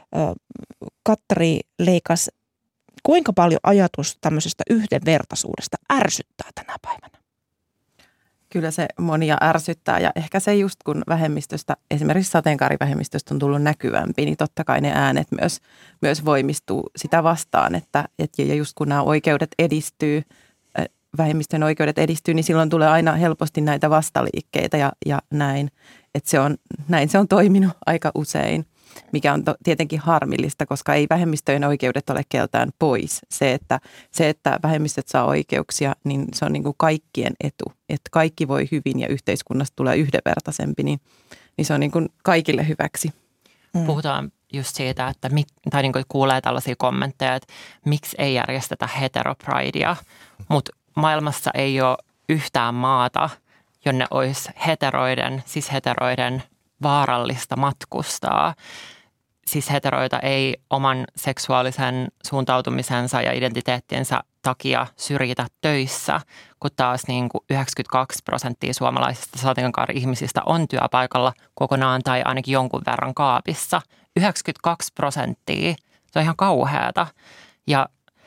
Katri Leikas, kuinka paljon ajatus tämmöisestä yhdenvertaisuudesta ärsyttää tänä päivänä? Kyllä se monia ärsyttää ja ehkä se just kun vähemmistöstä, esimerkiksi sateenkaarivähemmistöstä on tullut näkyvämpi, niin totta kai ne äänet myös, myös voimistuu sitä vastaan, että et, ja just kun nämä oikeudet edistyy, vähemmistön oikeudet edistyy, niin silloin tulee aina helposti näitä vastaliikkeitä ja, ja näin. Että se on, näin se on toiminut aika usein, mikä on to, tietenkin harmillista, koska ei vähemmistöjen oikeudet ole keltään pois. Se, että, se, että vähemmistöt saa oikeuksia, niin se on niin kuin kaikkien etu. Että kaikki voi hyvin ja yhteiskunnasta tulee yhdenvertaisempi, niin, niin se on niin kuin kaikille hyväksi. Mm. Puhutaan just siitä, että mik, tai niin kuin kuulee tällaisia kommentteja, että miksi ei järjestetä heteropridea, mutta maailmassa ei ole yhtään maata, jonne olisi heteroiden, siis heteroiden vaarallista matkustaa. Siis heteroita ei oman seksuaalisen suuntautumisensa ja identiteettiensä takia syrjitä töissä, kun taas niin kuin yhdeksänkymmentäkaksi prosenttia suomalaisista sateenkaari-ihmisistä on työpaikalla kokonaan tai ainakin jonkun verran kaapissa. yhdeksänkymmentäkaksi prosenttia, se on ihan kauheata. Ja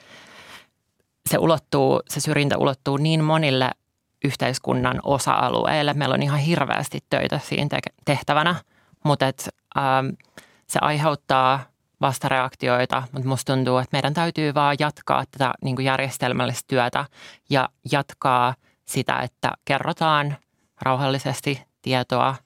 se, ulottuu, se syrjintä ulottuu niin monille yhteiskunnan osa-alueille. Meillä on ihan hirveästi töitä siinä tehtävänä, mutta et, ähm, se aiheuttaa vastareaktioita, mutta musta tuntuu, että meidän täytyy vaan jatkaa tätä niin kuin järjestelmällistä työtä ja jatkaa sitä, että kerrotaan rauhallisesti tietoa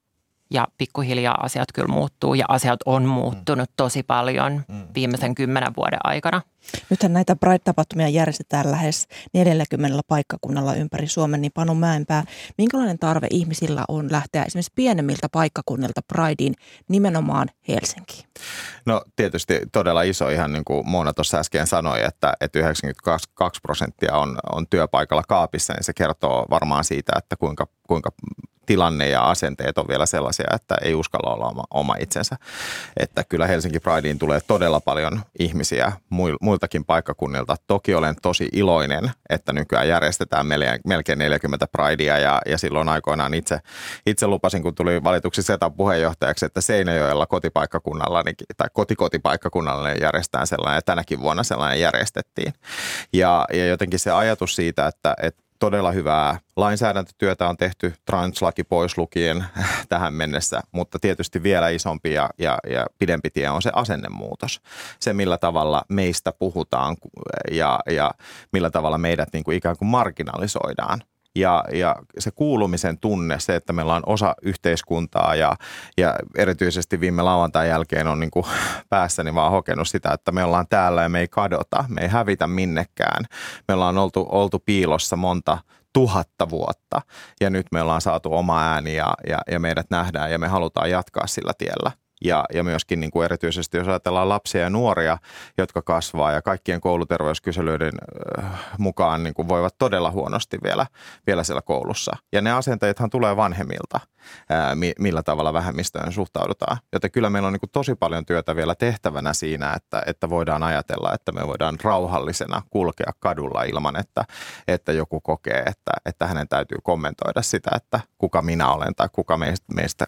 ja pikkuhiljaa asiat kyllä muuttuu ja asiat on muuttunut tosi paljon viimeisen kymmenen vuoden aikana. Nythän näitä Pride-tapahtumia järjestetään lähes neljälläkymmenellä paikkakunnalla ympäri Suomen, niin Panu Mäenpää, minkälainen tarve ihmisillä on lähteä esimerkiksi pienemmiltä paikkakunnilta Prideen nimenomaan Helsinkiin? No tietysti todella iso, ihan niin kuin Moona tuossa äsken sanoi, että, että yhdeksänkymmentäkaksi prosenttia on, on työpaikalla kaapissa, niin se kertoo varmaan siitä, että kuinka, kuinka tilanne ja asenteet on vielä sellaisia, että ei uskalla olla oma, oma itsensä. Että kyllä Helsinki Prideen tulee todella paljon ihmisiä muiltakin paikkakunnilta. Toki olen tosi iloinen, että nykyään järjestetään melkein neljäkymmentä Pridea ja, ja silloin aikoinaan itse, itse lupasin, kun tuli valituksi Setan puheenjohtajaksi, että Seinäjoella kotipaikkakunnalla tai kotikotipaikkakunnalla järjestetään sellainen ja tänäkin vuonna sellainen järjestettiin. Ja, ja jotenkin se ajatus siitä, että, että todella hyvää lainsäädäntötyötä on tehty, translaki pois lukien tähän mennessä, mutta tietysti vielä isompi ja, ja, ja pidempi tie on se asennemuutos. Se, millä tavalla meistä puhutaan ja, ja millä tavalla meidät niin kuin ikään kuin marginalisoidaan. Ja, ja se kuulumisen tunne, se, että meillä on osa yhteiskuntaa ja, ja erityisesti viime lauantain jälkeen on niin kuin päässäni vaan hokenut sitä, että me ollaan täällä ja me ei kadota, me ei hävitä minnekään. Me ollaan oltu, oltu piilossa monta tuhatta vuotta ja nyt me ollaan saatu oma ääni ja, ja, ja meidät nähdään ja me halutaan jatkaa sillä tiellä. Ja, ja myöskin niin kuin erityisesti, jos ajatellaan lapsia ja nuoria, jotka kasvaa ja kaikkien kouluterveyskyselyiden äh, mukaan niin kuin voivat todella huonosti vielä, vielä siellä koulussa. Ja ne asenteethan tulee vanhemmilta, ää, mi, millä tavalla vähemmistöön suhtaudutaan. Joten kyllä meillä on niin kuin tosi paljon työtä vielä tehtävänä siinä, että, että voidaan ajatella, että me voidaan rauhallisena kulkea kadulla ilman, että, että joku kokee, että, että hänen täytyy kommentoida sitä, että kuka minä olen tai kuka meistä, meistä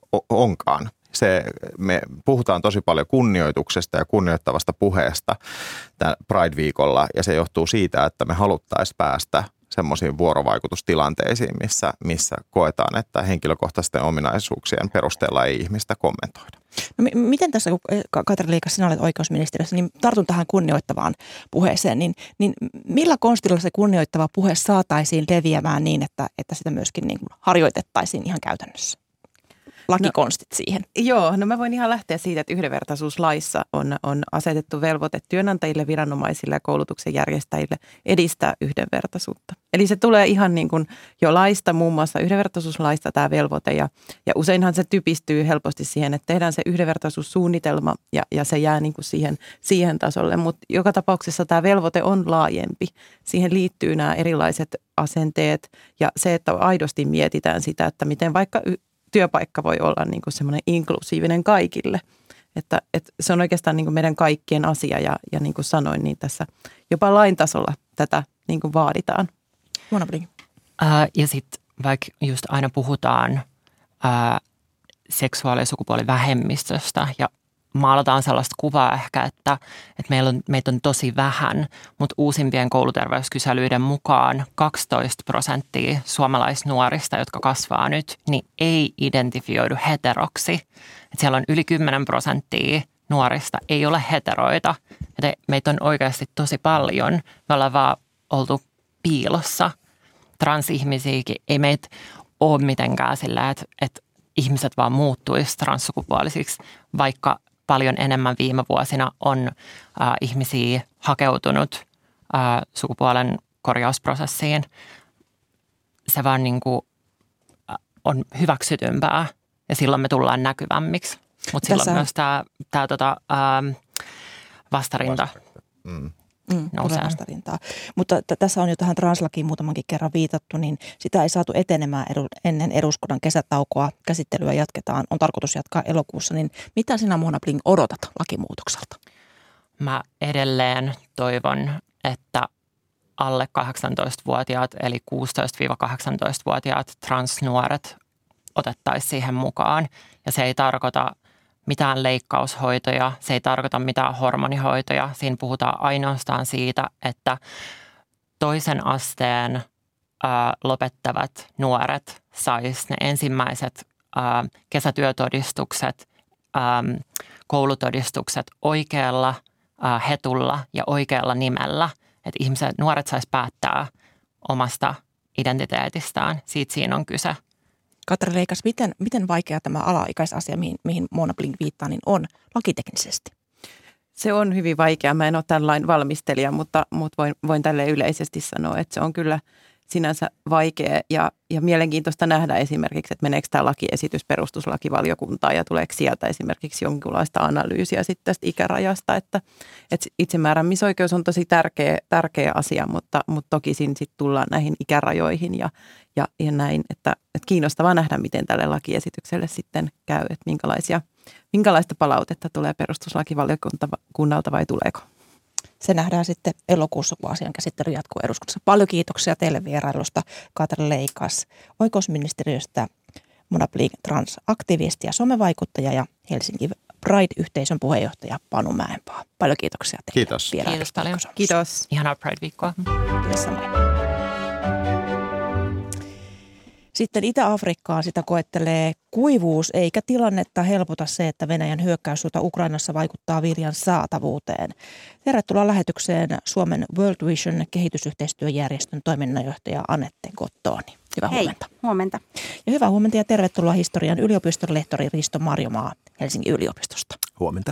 onkaan. Se, me puhutaan tosi paljon kunnioituksesta ja kunnioittavasta puheesta tämän Pride-viikolla ja se johtuu siitä, että me haluttaisiin päästä semmoisiin vuorovaikutustilanteisiin, missä, missä koetaan, että henkilökohtaisten ominaisuuksien perusteella ei ihmistä kommentoida. No, m- miten tässä, kun Katri Liikas, sinä olet oikeusministeriössä, niin tartun tähän kunnioittavaan puheeseen, niin, niin millä konstilla se kunnioittava puhe saataisiin leviämään niin, että, että sitä myöskin niin kuin harjoitettaisiin ihan käytännössä? Lakikonstit siihen. No, joo, no mä voin ihan lähteä siitä, että yhdenvertaisuuslaissa on, on asetettu velvoite työnantajille, viranomaisille ja koulutuksen järjestäjille edistää yhdenvertaisuutta. Eli se tulee ihan niin kuin jo laista, muun muassa yhdenvertaisuuslaista tämä velvoite ja, ja useinhan se typistyy helposti siihen, että tehdään se yhdenvertaisuussuunnitelma ja, ja se jää niin kuin siihen, siihen tasolle, mutta joka tapauksessa tämä velvoite on laajempi. Siihen liittyy nämä erilaiset asenteet ja se, että aidosti mietitään sitä, että miten vaikka y- työpaikka voi olla niin kuin semmoinen inklusiivinen kaikille, että, että se on oikeastaan niin kuin meidän kaikkien asia ja, ja niin kuin sanoin, niin tässä jopa lain tasolla tätä niin kuin vaaditaan. Äh, ja sitten vaikka just aina puhutaan äh, seksuaali- ja sukupuolivähemmistöstä ja maalataan sellaista kuvaa ehkä, että, että meillä on, meitä on tosi vähän, mutta uusimpien kouluterveyskyselyiden mukaan kaksitoista prosenttia suomalaisnuorista, jotka kasvaa nyt, niin ei identifioidu heteroksi. Että siellä on yli kymmenen prosenttia nuorista ei ole heteroita. Että meitä on oikeasti tosi paljon. Me ollaan vaan oltu piilossa. Transihmisiäkin ei meitä ole mitenkään sillä, että, että ihmiset vaan muuttuisi transsukupuolisiksi, vaikka paljon enemmän viime vuosina on äh, ihmisiä hakeutunut äh, sukupuolen korjausprosessiin. Se vaan niin kuin, äh, on hyväksytympää ja silloin me tullaan näkyvämmiksi. Mutta silloin Tässä on myös tämä tää, tota, ähm, vastarinta Mm. Mm, nousee. tulee vastarintaa. Mutta t- tässä on jo tähän translakiin muutamankin kerran viitattu, niin sitä ei saatu etenemään edu- ennen eduskunnan kesätaukoa. Käsittelyä jatketaan, on tarkoitus jatkaa elokuussa. Niin mitä sinä, Mona Bling, odotat lakimuutokselta? Mä edelleen toivon, että alle kahdeksantoistavuotiaat eli kuusitoista-kahdeksantoistavuotiaat transnuoret otettaisiin siihen mukaan. Ja se ei tarkoita mitään leikkaushoitoja, se ei tarkoita mitään hormonihoitoja. Siinä puhutaan ainoastaan siitä, että toisen asteen ää, lopettavat nuoret sais ne ensimmäiset ää, kesätyötodistukset, ää, koulutodistukset oikealla ää, hetulla ja oikealla nimellä. Että ihmiset, nuoret sais päättää omasta identiteetistään. Siitä siinä on kyse. Katri Leikas, miten, miten vaikea tämä alaikäisasia, mihin, mihin Mona Bling viittaa, niin on lakiteknisesti? Se on hyvin vaikea. Mä en ole tämän lain valmistelija, mutta, mutta voin, voin tälle yleisesti sanoa, että se on kyllä sinänsä vaikea ja, ja mielenkiintoista nähdä esimerkiksi, että meneekö tämä lakiesitys perustuslakivaliokuntaan ja tuleeko sieltä esimerkiksi jonkinlaista analyysiä sitten tästä ikärajasta, että, että itsemääräämisoikeus on tosi tärkeä, tärkeä asia, mutta, mutta toki siinä sitten tullaan näihin ikärajoihin ja, ja, ja näin, että, että kiinnostavaa nähdä, miten tälle lakiesitykselle sitten käy, että minkälaisia, minkälaista palautetta tulee perustuslakivaliokunnalta vai tuleeko? Se nähdään sitten elokuussa, kun asian käsittely jatkuu eduskunnassa. Paljon kiitoksia teille vierailusta, Katri Leikas, oikeusministeriöstä, Mona Bling, transaktivisti ja somevaikuttaja ja Helsinki Pride-yhteisön puheenjohtaja Panu Mäenpää. Paljon kiitoksia teille. Kiitos. Kiitos paljon. Kiitos. Ihanaa Pride-viikkoa. Kiitos samoin. Sitten Itä-Afrikkaa sitä koettelee kuivuus, eikä tilannetta helpota se, että Venäjän hyökkäyssota Ukrainassa vaikuttaa viljan saatavuuteen. Tervetuloa lähetykseen Suomen World Vision kehitysyhteistyöjärjestön toiminnanjohtaja Anette Gottoni. Hyvää Hei, huomenta. huomenta. Ja hyvää huomenta ja tervetuloa historian yliopiston lehtori Risto Marjomaa Helsingin yliopistosta. Huomenta.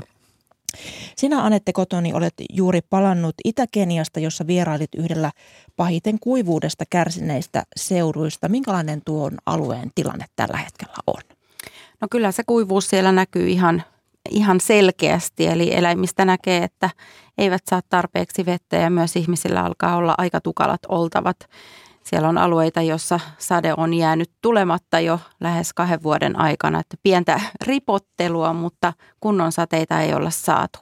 Sinä, Anette Gottoni, olet juuri palannut Itä-Keniasta, jossa vierailit yhdellä pahiten kuivuudesta kärsineistä seuduista. Minkälainen tuon alueen tilanne tällä hetkellä on? No kyllä se kuivuus siellä näkyy ihan, ihan selkeästi, eli eläimistä näkee, että eivät saa tarpeeksi vettä ja myös ihmisillä alkaa olla aika tukalat oltavat. Siellä on alueita, jossa sade on jäänyt tulematta jo lähes kahden vuoden aikana, että pientä ripottelua, mutta kunnon sateita ei olla saatu.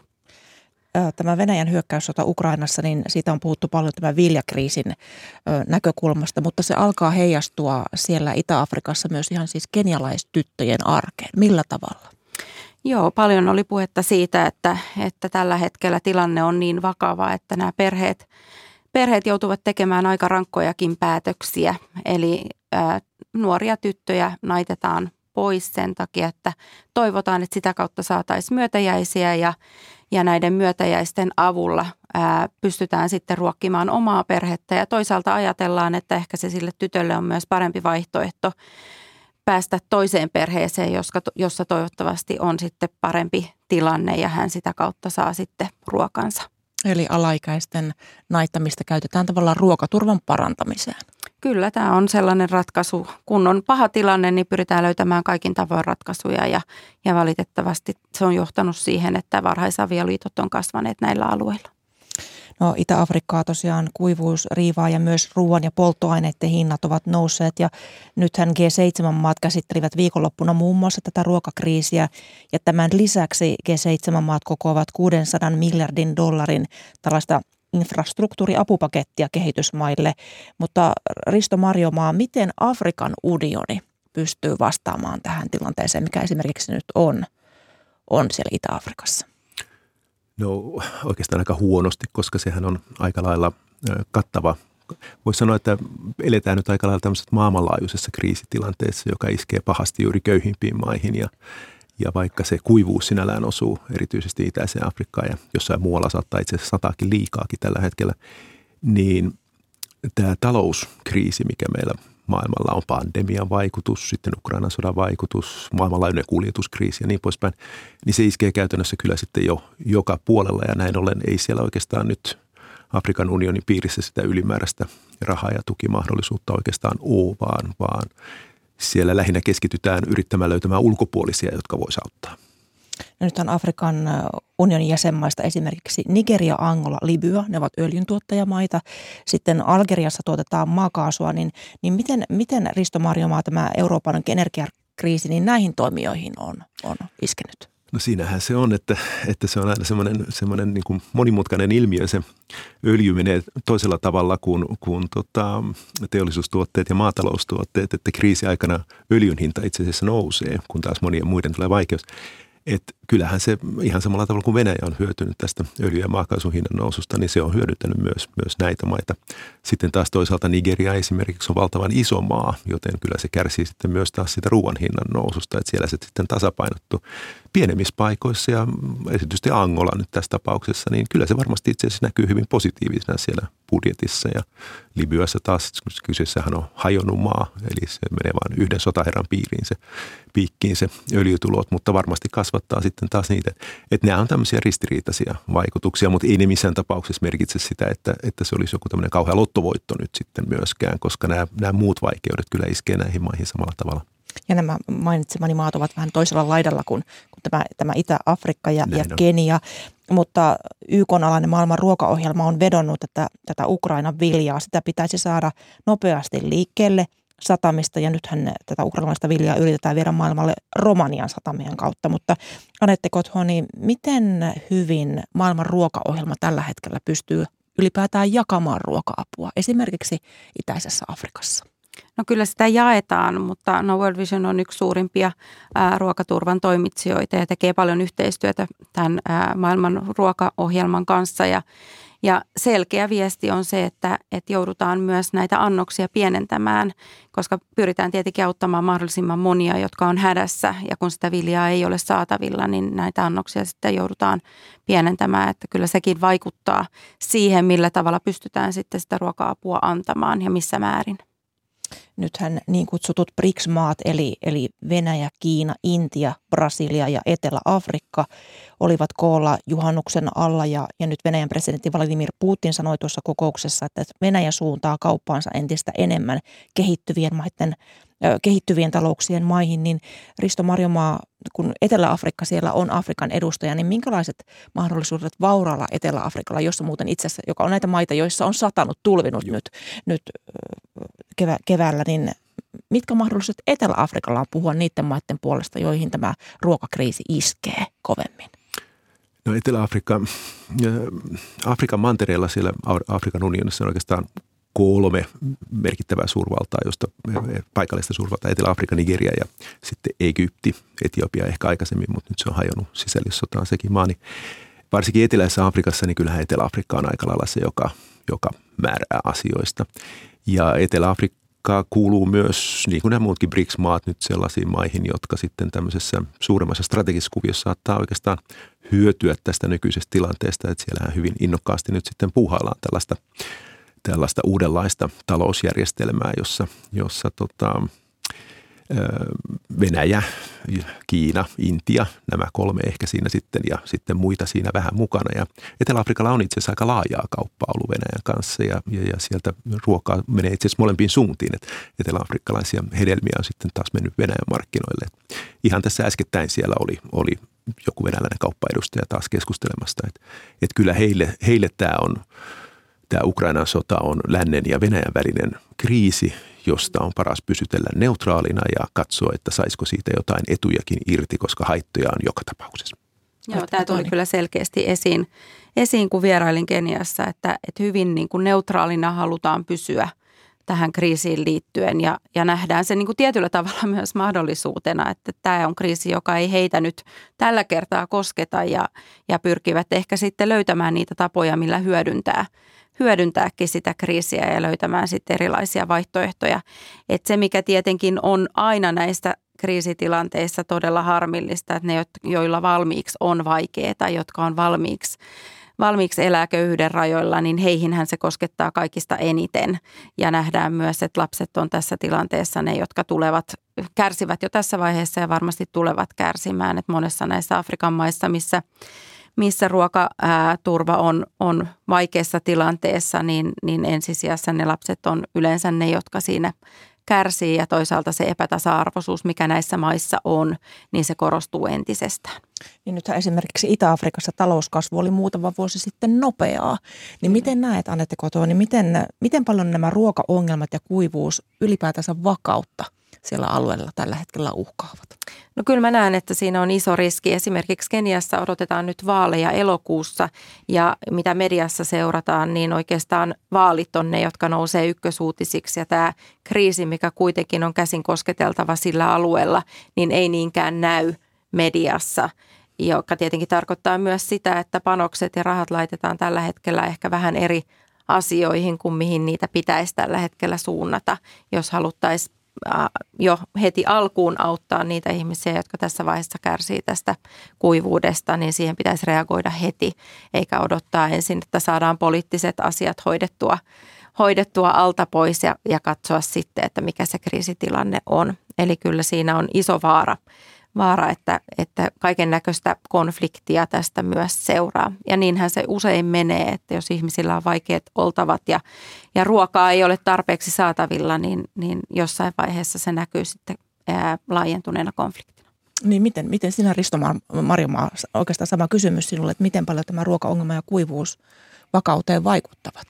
Tämä Venäjän hyökkäyssota Ukrainassa, niin siitä on puhuttu paljon tämän viljakriisin näkökulmasta, mutta se alkaa heijastua siellä Itä-Afrikassa myös ihan siis kenialaistyttöjen arkeen. Millä tavalla? Joo, paljon oli puhetta siitä, että, että tällä hetkellä tilanne on niin vakava, että nämä perheet, perheet joutuvat tekemään aika rankkojakin päätöksiä. Eli ää, nuoria tyttöjä naitetaan pois sen takia, että toivotaan, että sitä kautta saataisiin myötäjäisiä ja, ja näiden myötäjäisten avulla ää, pystytään sitten ruokkimaan omaa perhettä. Ja toisaalta ajatellaan, että ehkä se sille tytölle on myös parempi vaihtoehto päästä toiseen perheeseen, jossa, jossa toivottavasti on sitten parempi tilanne ja hän sitä kautta saa sitten ruokansa. Eli alaikäisten naittamista käytetään tavallaan ruokaturvan parantamiseen. Kyllä, tämä on sellainen ratkaisu. Kun on paha tilanne, niin pyritään löytämään kaikin tavoin ratkaisuja ja, ja valitettavasti se on johtanut siihen, että varhaisavioliitot on kasvaneet näillä alueilla. No Itä-Afrikkaa tosiaan kuivuus riivaa ja myös ruoan ja polttoaineiden hinnat ovat nousseet ja nythän G seitsemän maat käsittelivät viikonloppuna muun muassa tätä ruokakriisiä ja tämän lisäksi G seitsemän maat kokoavat kuusisataa miljardin dollarin tällaista infrastruktuuriapupakettia kehitysmaille, mutta Risto Marjomaa, miten Afrikan unioni pystyy vastaamaan tähän tilanteeseen, mikä esimerkiksi nyt on, on siellä Itä-Afrikassa? No oikeastaan aika huonosti, koska sehän on aika lailla kattava. Voisi sanoa, että eletään nyt aika lailla tämmöisessä maailmanlaajuisessa kriisitilanteessa, joka iskee pahasti juuri köyhimpiin maihin ja, ja vaikka se kuivuus sinällään osuu erityisesti Itäiseen Afrikkaan ja jossain muualla saattaa itse asiassa sataakin liikaakin tällä hetkellä, niin tämä talouskriisi, mikä meillä maailmalla on, pandemian vaikutus, sitten Ukrainan sodan vaikutus, maailmanlaajuinen kuljetuskriisi ja niin poispäin, niin se iskee käytännössä kyllä sitten jo joka puolella ja näin ollen ei siellä oikeastaan nyt Afrikan unionin piirissä sitä ylimääräistä rahaa ja tukimahdollisuutta oikeastaan ole, vaan, vaan siellä lähinnä keskitytään yrittämään löytämään ulkopuolisia, jotka voisi auttaa. No nythän Afrikan unionin jäsenmaista esimerkiksi Nigeria, Angola, Libya, ne ovat öljyntuottajamaita. Sitten Algeriassa tuotetaan maakaasua, niin, niin miten, miten Risto Marjomaa tämä Euroopan energiakriisi niin näihin toimijoihin on, on iskenyt? No siinähän se on, että, että se on aina semmoinen, semmoinen niin kuin monimutkainen ilmiö. Se öljy menee toisella tavalla kuin, kuin tota, teollisuustuotteet ja maataloustuotteet, että kriisiaikana öljyn hinta itse asiassa nousee, kun taas monien muiden tulee vaikeus. Että kyllähän se ihan samalla tavalla kuin Venäjä on hyötynyt tästä öljy- ja maakaasun hinnan noususta, niin se on hyödyttänyt myös, myös näitä maita. Sitten taas toisaalta Nigeria esimerkiksi on valtavan iso maa, joten kyllä se kärsii sitten myös taas sitä ruoan hinnan noususta, että siellä se sitten tasapainottuu pienemmissä paikoissa ja erityisesti Angola nyt tässä tapauksessa, niin kyllä se varmasti itse asiassa näkyy hyvin positiivisena siellä budjetissa ja Libyassa taas kyseessähän on hajonnut maa, eli se menee vain yhden sotaherran piiriin se piikkiin se öljytulot, mutta varmasti kasvattaa sitten taas niitä, että nämä on tämmöisiä ristiriitaisia vaikutuksia, mutta ei ne missään tapauksessa merkitse sitä, että, että se olisi joku tämmöinen kauhea lottovoitto nyt sitten myöskään, koska nämä, nämä muut vaikeudet kyllä iskee näihin maihin samalla tavalla. Ja nämä mainitsemani maat ovat vähän toisella laidalla kuin, kuin tämä, tämä Itä-Afrikka ja, ja Kenia, mutta Y K:n alainen maailman ruokaohjelma on vedonnut, että tätä Ukrainan viljaa, sitä pitäisi saada nopeasti liikkeelle satamista ja nythän tätä ukrainalaista viljaa yritetään viedä maailmalle Romanian satamien kautta, mutta Anette Kothoni, miten hyvin maailman ruokaohjelma tällä hetkellä pystyy ylipäätään jakamaan ruoka-apua esimerkiksi Itäisessä Afrikassa? No kyllä sitä jaetaan, mutta No World Vision on yksi suurimpia ää, ruokaturvan toimitsijoita ja tekee paljon yhteistyötä tämän ää, maailman ruokaohjelman kanssa. Ja, ja selkeä viesti on se, että, että joudutaan myös näitä annoksia pienentämään, koska pyritään tietenkin auttamaan mahdollisimman monia, jotka on hädässä. Ja kun sitä viljaa ei ole saatavilla, niin näitä annoksia sitten joudutaan pienentämään. Että kyllä sekin vaikuttaa siihen, millä tavalla pystytään sitten sitä ruoka-apua antamaan ja missä määrin. Nythän niin kutsutut B R I C S-maat, eli, eli Venäjä, Kiina, Intia, Brasilia ja Etelä-Afrikka olivat koolla juhannuksen alla ja, ja nyt Venäjän presidentti Vladimir Putin sanoi tuossa kokouksessa, että Venäjä suuntaa kauppaansa entistä enemmän kehittyvien maiden, kehittyvien talouksien maihin, niin Risto Marjomaa, kun Etelä-Afrikka siellä on Afrikan edustaja, niin minkälaiset mahdollisuudet vauraalla Etelä-Afrikalla, jossa muuten itse asiassa, joka on näitä maita, joissa on satanut, tulvinut nyt, nyt kevä, keväällä, niin mitkä mahdollisuudet Etelä-Afrikalla on puhua niiden maiden puolesta, joihin tämä ruokakriisi iskee kovemmin? No Etelä-Afrikka, Afrikan mantereella siellä Afrikan unionissa on oikeastaan kolme merkittävää suurvaltaa, josta paikallista suurvaltaa, Etelä-Afrikka, Nigeria ja sitten Egypti, Etiopia ehkä aikaisemmin, mutta nyt se on hajonnut sisällissotaan sekin maa. Niin varsinkin Eteläisessä Afrikassa, niin kyllähän Etelä-Afrikka on aika lailla se, joka, joka määrää asioista. Ja Etelä-Afrikka kuuluu myös, niin kuin nämä muutkin B R I C S-maat, nyt sellaisiin maihin, jotka sitten tämmöisessä suuremmassa strategisessa kuviossa saattaa oikeastaan hyötyä tästä nykyisestä tilanteesta, että siellähän hyvin innokkaasti nyt sitten puuhaillaan tällaista tällaista uudenlaista talousjärjestelmää, jossa, jossa tota, Venäjä, Kiina, Intia, nämä kolme ehkä siinä sitten ja sitten muita siinä vähän mukana. Ja Etelä-Afrikalla on itse asiassa aika laajaa kauppaa ollut Venäjän kanssa ja, ja, ja sieltä ruokaa menee itse asiassa molempiin suuntiin. Että eteläafrikkalaisia hedelmiä on sitten taas mennyt Venäjän markkinoille. Et ihan tässä äskettäin siellä oli, oli joku venäläinen kauppaedustaja taas keskustelemasta, että et kyllä heille, heille tämä on Tämä Ukrainan sota on lännen ja Venäjän välinen kriisi, josta on paras pysytellä neutraalina ja katsoa, että saisiko siitä jotain etujakin irti, koska haittoja on joka tapauksessa. Joo, tämä tuli kyllä selkeästi esiin, esiin kun vierailin Keniassa, että, että hyvin niin kuin neutraalina halutaan pysyä tähän kriisiin liittyen ja, ja nähdään se niin kuin tietyllä tavalla myös mahdollisuutena, että tämä on kriisi, joka ei heitä nyt tällä kertaa kosketa ja, ja pyrkivät ehkä sitten löytämään niitä tapoja, millä hyödyntää hyödyntääkin sitä kriisiä ja löytämään sitten erilaisia vaihtoehtoja. Että se, mikä tietenkin on aina näistä kriisitilanteissa todella harmillista, että ne, joilla valmiiksi on vaikeaa tai jotka on valmiiksi, valmiiksi elää köyhyyden rajoilla, niin heihinhän se koskettaa kaikista eniten. Ja nähdään myös, että lapset on tässä tilanteessa ne, jotka tulevat, kärsivät jo tässä vaiheessa ja varmasti tulevat kärsimään. Että monessa näissä Afrikan maissa, missä missä ruokaturva on, on vaikeassa tilanteessa, niin, niin ensisijassa ne lapset on yleensä ne, jotka siinä kärsii ja toisaalta se epätasa-arvoisuus, mikä näissä maissa on, niin se korostuu entisestään. Niin nythän esimerkiksi Itä-Afrikassa talouskasvu oli muutama vuosi sitten nopeaa. Niin miten näet, Anette Koto, niin miten, miten paljon nämä ruokaongelmat ja kuivuus ylipäätänsä vakautta siellä alueella tällä hetkellä uhkaavat? No kyllä mä näen, että siinä on iso riski. Esimerkiksi Keniassa odotetaan nyt vaaleja elokuussa ja mitä mediassa seurataan, niin oikeastaan vaalit on ne, jotka nousee ykkösuutisiksi. Ja tämä kriisi, mikä kuitenkin on käsin kosketeltava sillä alueella, niin ei niinkään näy mediassa, joka tietenkin tarkoittaa myös sitä, että panokset ja rahat laitetaan tällä hetkellä ehkä vähän eri asioihin kuin mihin niitä pitäisi tällä hetkellä suunnata, jos haluttaisiin jo heti alkuun auttaa niitä ihmisiä, jotka tässä vaiheessa kärsii tästä kuivuudesta, niin siihen pitäisi reagoida heti, eikä odottaa ensin, että saadaan poliittiset asiat hoidettua, hoidettua alta pois ja, ja katsoa sitten, että mikä se kriisitilanne on. Eli kyllä siinä on iso vaara, vaara että, että kaiken näköistä konfliktia tästä myös seuraa. Ja niinhän se usein menee, että jos ihmisillä on vaikeat oltavat ja, ja ruokaa ei ole tarpeeksi saatavilla, niin, niin jossain vaiheessa se näkyy sitten ää, laajentuneena konfliktina. Niin miten, miten sinä Risto Marjomaa, oikeastaan sama kysymys sinulle, että miten paljon tämä ruokaongelma ja kuivuus vakauteen vaikuttavat?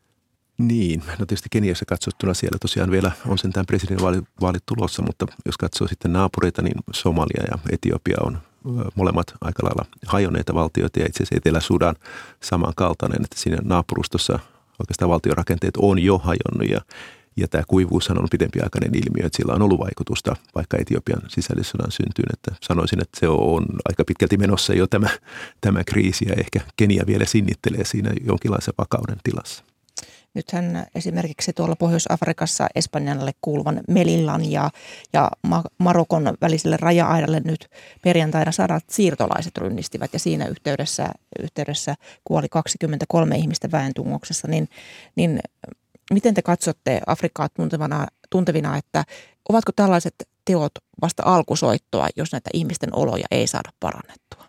Niin, no tietysti Keniassa katsottuna siellä tosiaan vielä on sentään presidentinvaalit tulossa, mutta jos katsoo sitten naapureita, niin Somalia ja Etiopia on molemmat aika lailla hajonneita valtioita ja itse asiassa Etelä-Sudan samankaltainen, että siinä naapurustossa oikeastaan valtiorakenteet on jo hajonnut ja, ja tämä kuivuushan on pidempiaikainen ilmiö, että sillä on ollut vaikutusta vaikka Etiopian sisällissodan syntyyn, että sanoisin, että se on aika pitkälti menossa jo tämä, tämä kriisi ja ehkä Kenia vielä sinnittelee siinä jonkinlaisen vakauden tilassa. Nythän esimerkiksi tuolla Pohjois-Afrikassa Espanjalle kuuluvan Melillan ja, ja Marokon väliselle raja-aidalle nyt perjantaina sadat siirtolaiset rynnistivät ja siinä yhteydessä, yhteydessä kuoli kaksikymmentäkolme ihmistä väentungouksessa. Niin, niin miten te katsotte Afrikkaa tuntevana, tuntevina, että ovatko tällaiset teot vasta alkusoittoa, jos näitä ihmisten oloja ei saada parannettua?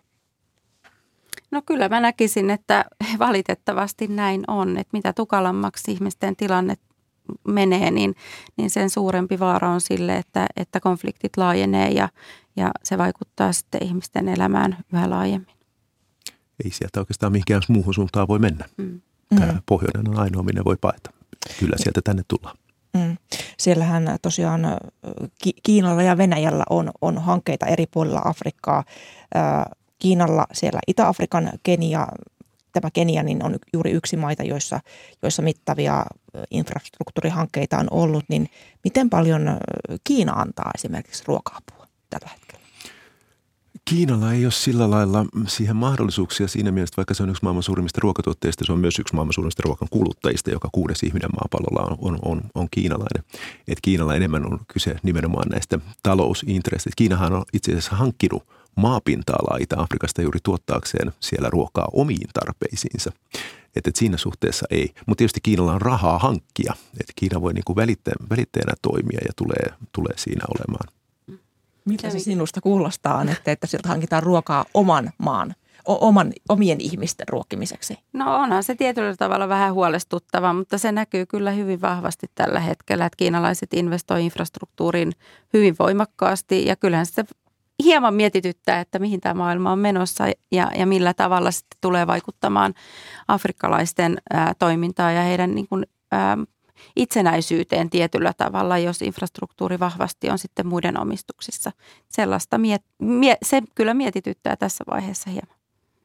No kyllä mä näkisin, että valitettavasti näin on, että mitä tukalammaksi ihmisten tilanne menee, niin, niin sen suurempi vaara on sille, että, että konfliktit laajenee ja, ja se vaikuttaa sitten ihmisten elämään yhä laajemmin. Ei sieltä oikeastaan mihinkään muuhun suuntaan voi mennä. Mm. Tämä pohjoinen on ainoa, minne voi paeta. Kyllä sieltä tänne tullaan. Mm. Siellähän tosiaan Kiinalla ja Venäjällä on, on hankkeita eri puolilla Afrikkaa. Kiinalla siellä Itä-Afrikan Kenia, tämä Kenia niin on juuri yksi maita, joissa, joissa mittavia infrastruktuurihankkeita on ollut, niin miten paljon Kiina antaa esimerkiksi ruoka-apua tällä hetkellä? Kiinalla ei ole sillä lailla siihen mahdollisuuksia siinä mielessä, vaikka se on yksi maailman suurimmista ruokatuotteista, se on myös yksi maailman suurimmista ruokan kuluttajista, joka kuudes ihminen maapallolla on, on, on, on kiinalainen. Et Kiinalla enemmän on kyse nimenomaan näistä talousintresseistä. Kiinahan on itse asiassa hankkinut maapinta-alaa Itä-Afrikasta juuri tuottaakseen siellä ruokaa omiin tarpeisiinsa. Että et siinä suhteessa ei. Mutta tietysti Kiinalla on rahaa hankkia. Että Kiina voi niinku välittäjänä toimia ja tulee, tulee siinä olemaan. Mitä se sinusta kuulostaa, että, että sieltä hankitaan ruokaa oman maan, oman, omien ihmisten ruokkimiseksi? No onhan se tietyllä tavalla vähän huolestuttava, mutta se näkyy kyllä hyvin vahvasti tällä hetkellä, että kiinalaiset investoi infrastruktuuriin hyvin voimakkaasti ja kyllähän se hieman mietityttää, että mihin tämä maailma on menossa ja, ja millä tavalla sitten tulee vaikuttamaan afrikkalaisten ää, toimintaa ja heidän niin kuin, ää, itsenäisyyteen tietyllä tavalla, jos infrastruktuuri vahvasti on sitten muiden omistuksissa. Sellaista miet, mie, se kyllä mietityttää tässä vaiheessa hieman.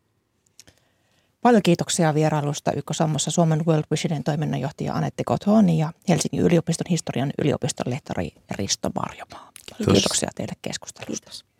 Paljon kiitoksia vierailusta Ykkösammossa Suomen World Visionin toiminnanjohtaja Anette Kothon ja Helsingin yliopiston historian yliopiston lehtori Risto Marjomaa. Kiitos. Kiitoksia teille keskustelusta. Kiitos.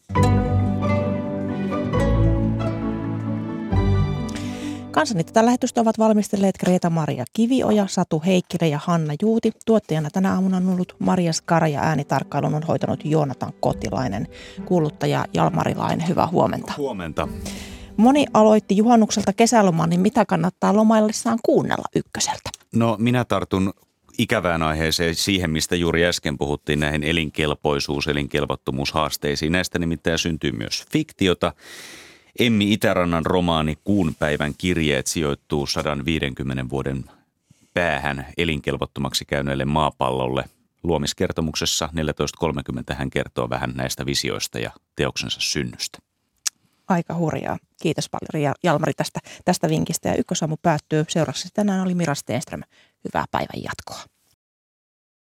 Kanssani tätä lähetystä ovat valmistelleet Greta-Maria Kivioja, Satu Heikkilä ja Hanna Juuti. Tuottajana tänä aamuna on ollut Maria Skara ja äänitarkkailun on hoitanut Joonatan Kotilainen. Kuuluttaja Jalmari Laine, hyvää huomenta. Huomenta. Moni aloitti juhannukselta kesäloman, niin mitä kannattaa lomaillessaan kuunnella Ykköseltä? No minä tartun ikävään aiheeseen siihen, mistä juuri äsken puhuttiin, näihin elinkelpoisuus, elinkelvottomuushaasteisiin. Näistä nimittäin syntyy myös fiktiota. Emmi Itärannan romaani Kuun päivän kirjeet sijoittuu sata viisikymmentä vuoden päähän elinkelvottomaksi käyneelle maapallolle. Luomiskertomuksessa neljätoista kolmekymmentä hän kertoo vähän näistä visioista ja teoksensa synnystä. Aika hurjaa. Kiitos paljon Jalmari tästä, tästä vinkistä. Ja Ykkösaamu päättyy. Seuraavaksi tänään oli Mira Stenström. Hyvää päivän jatkoa.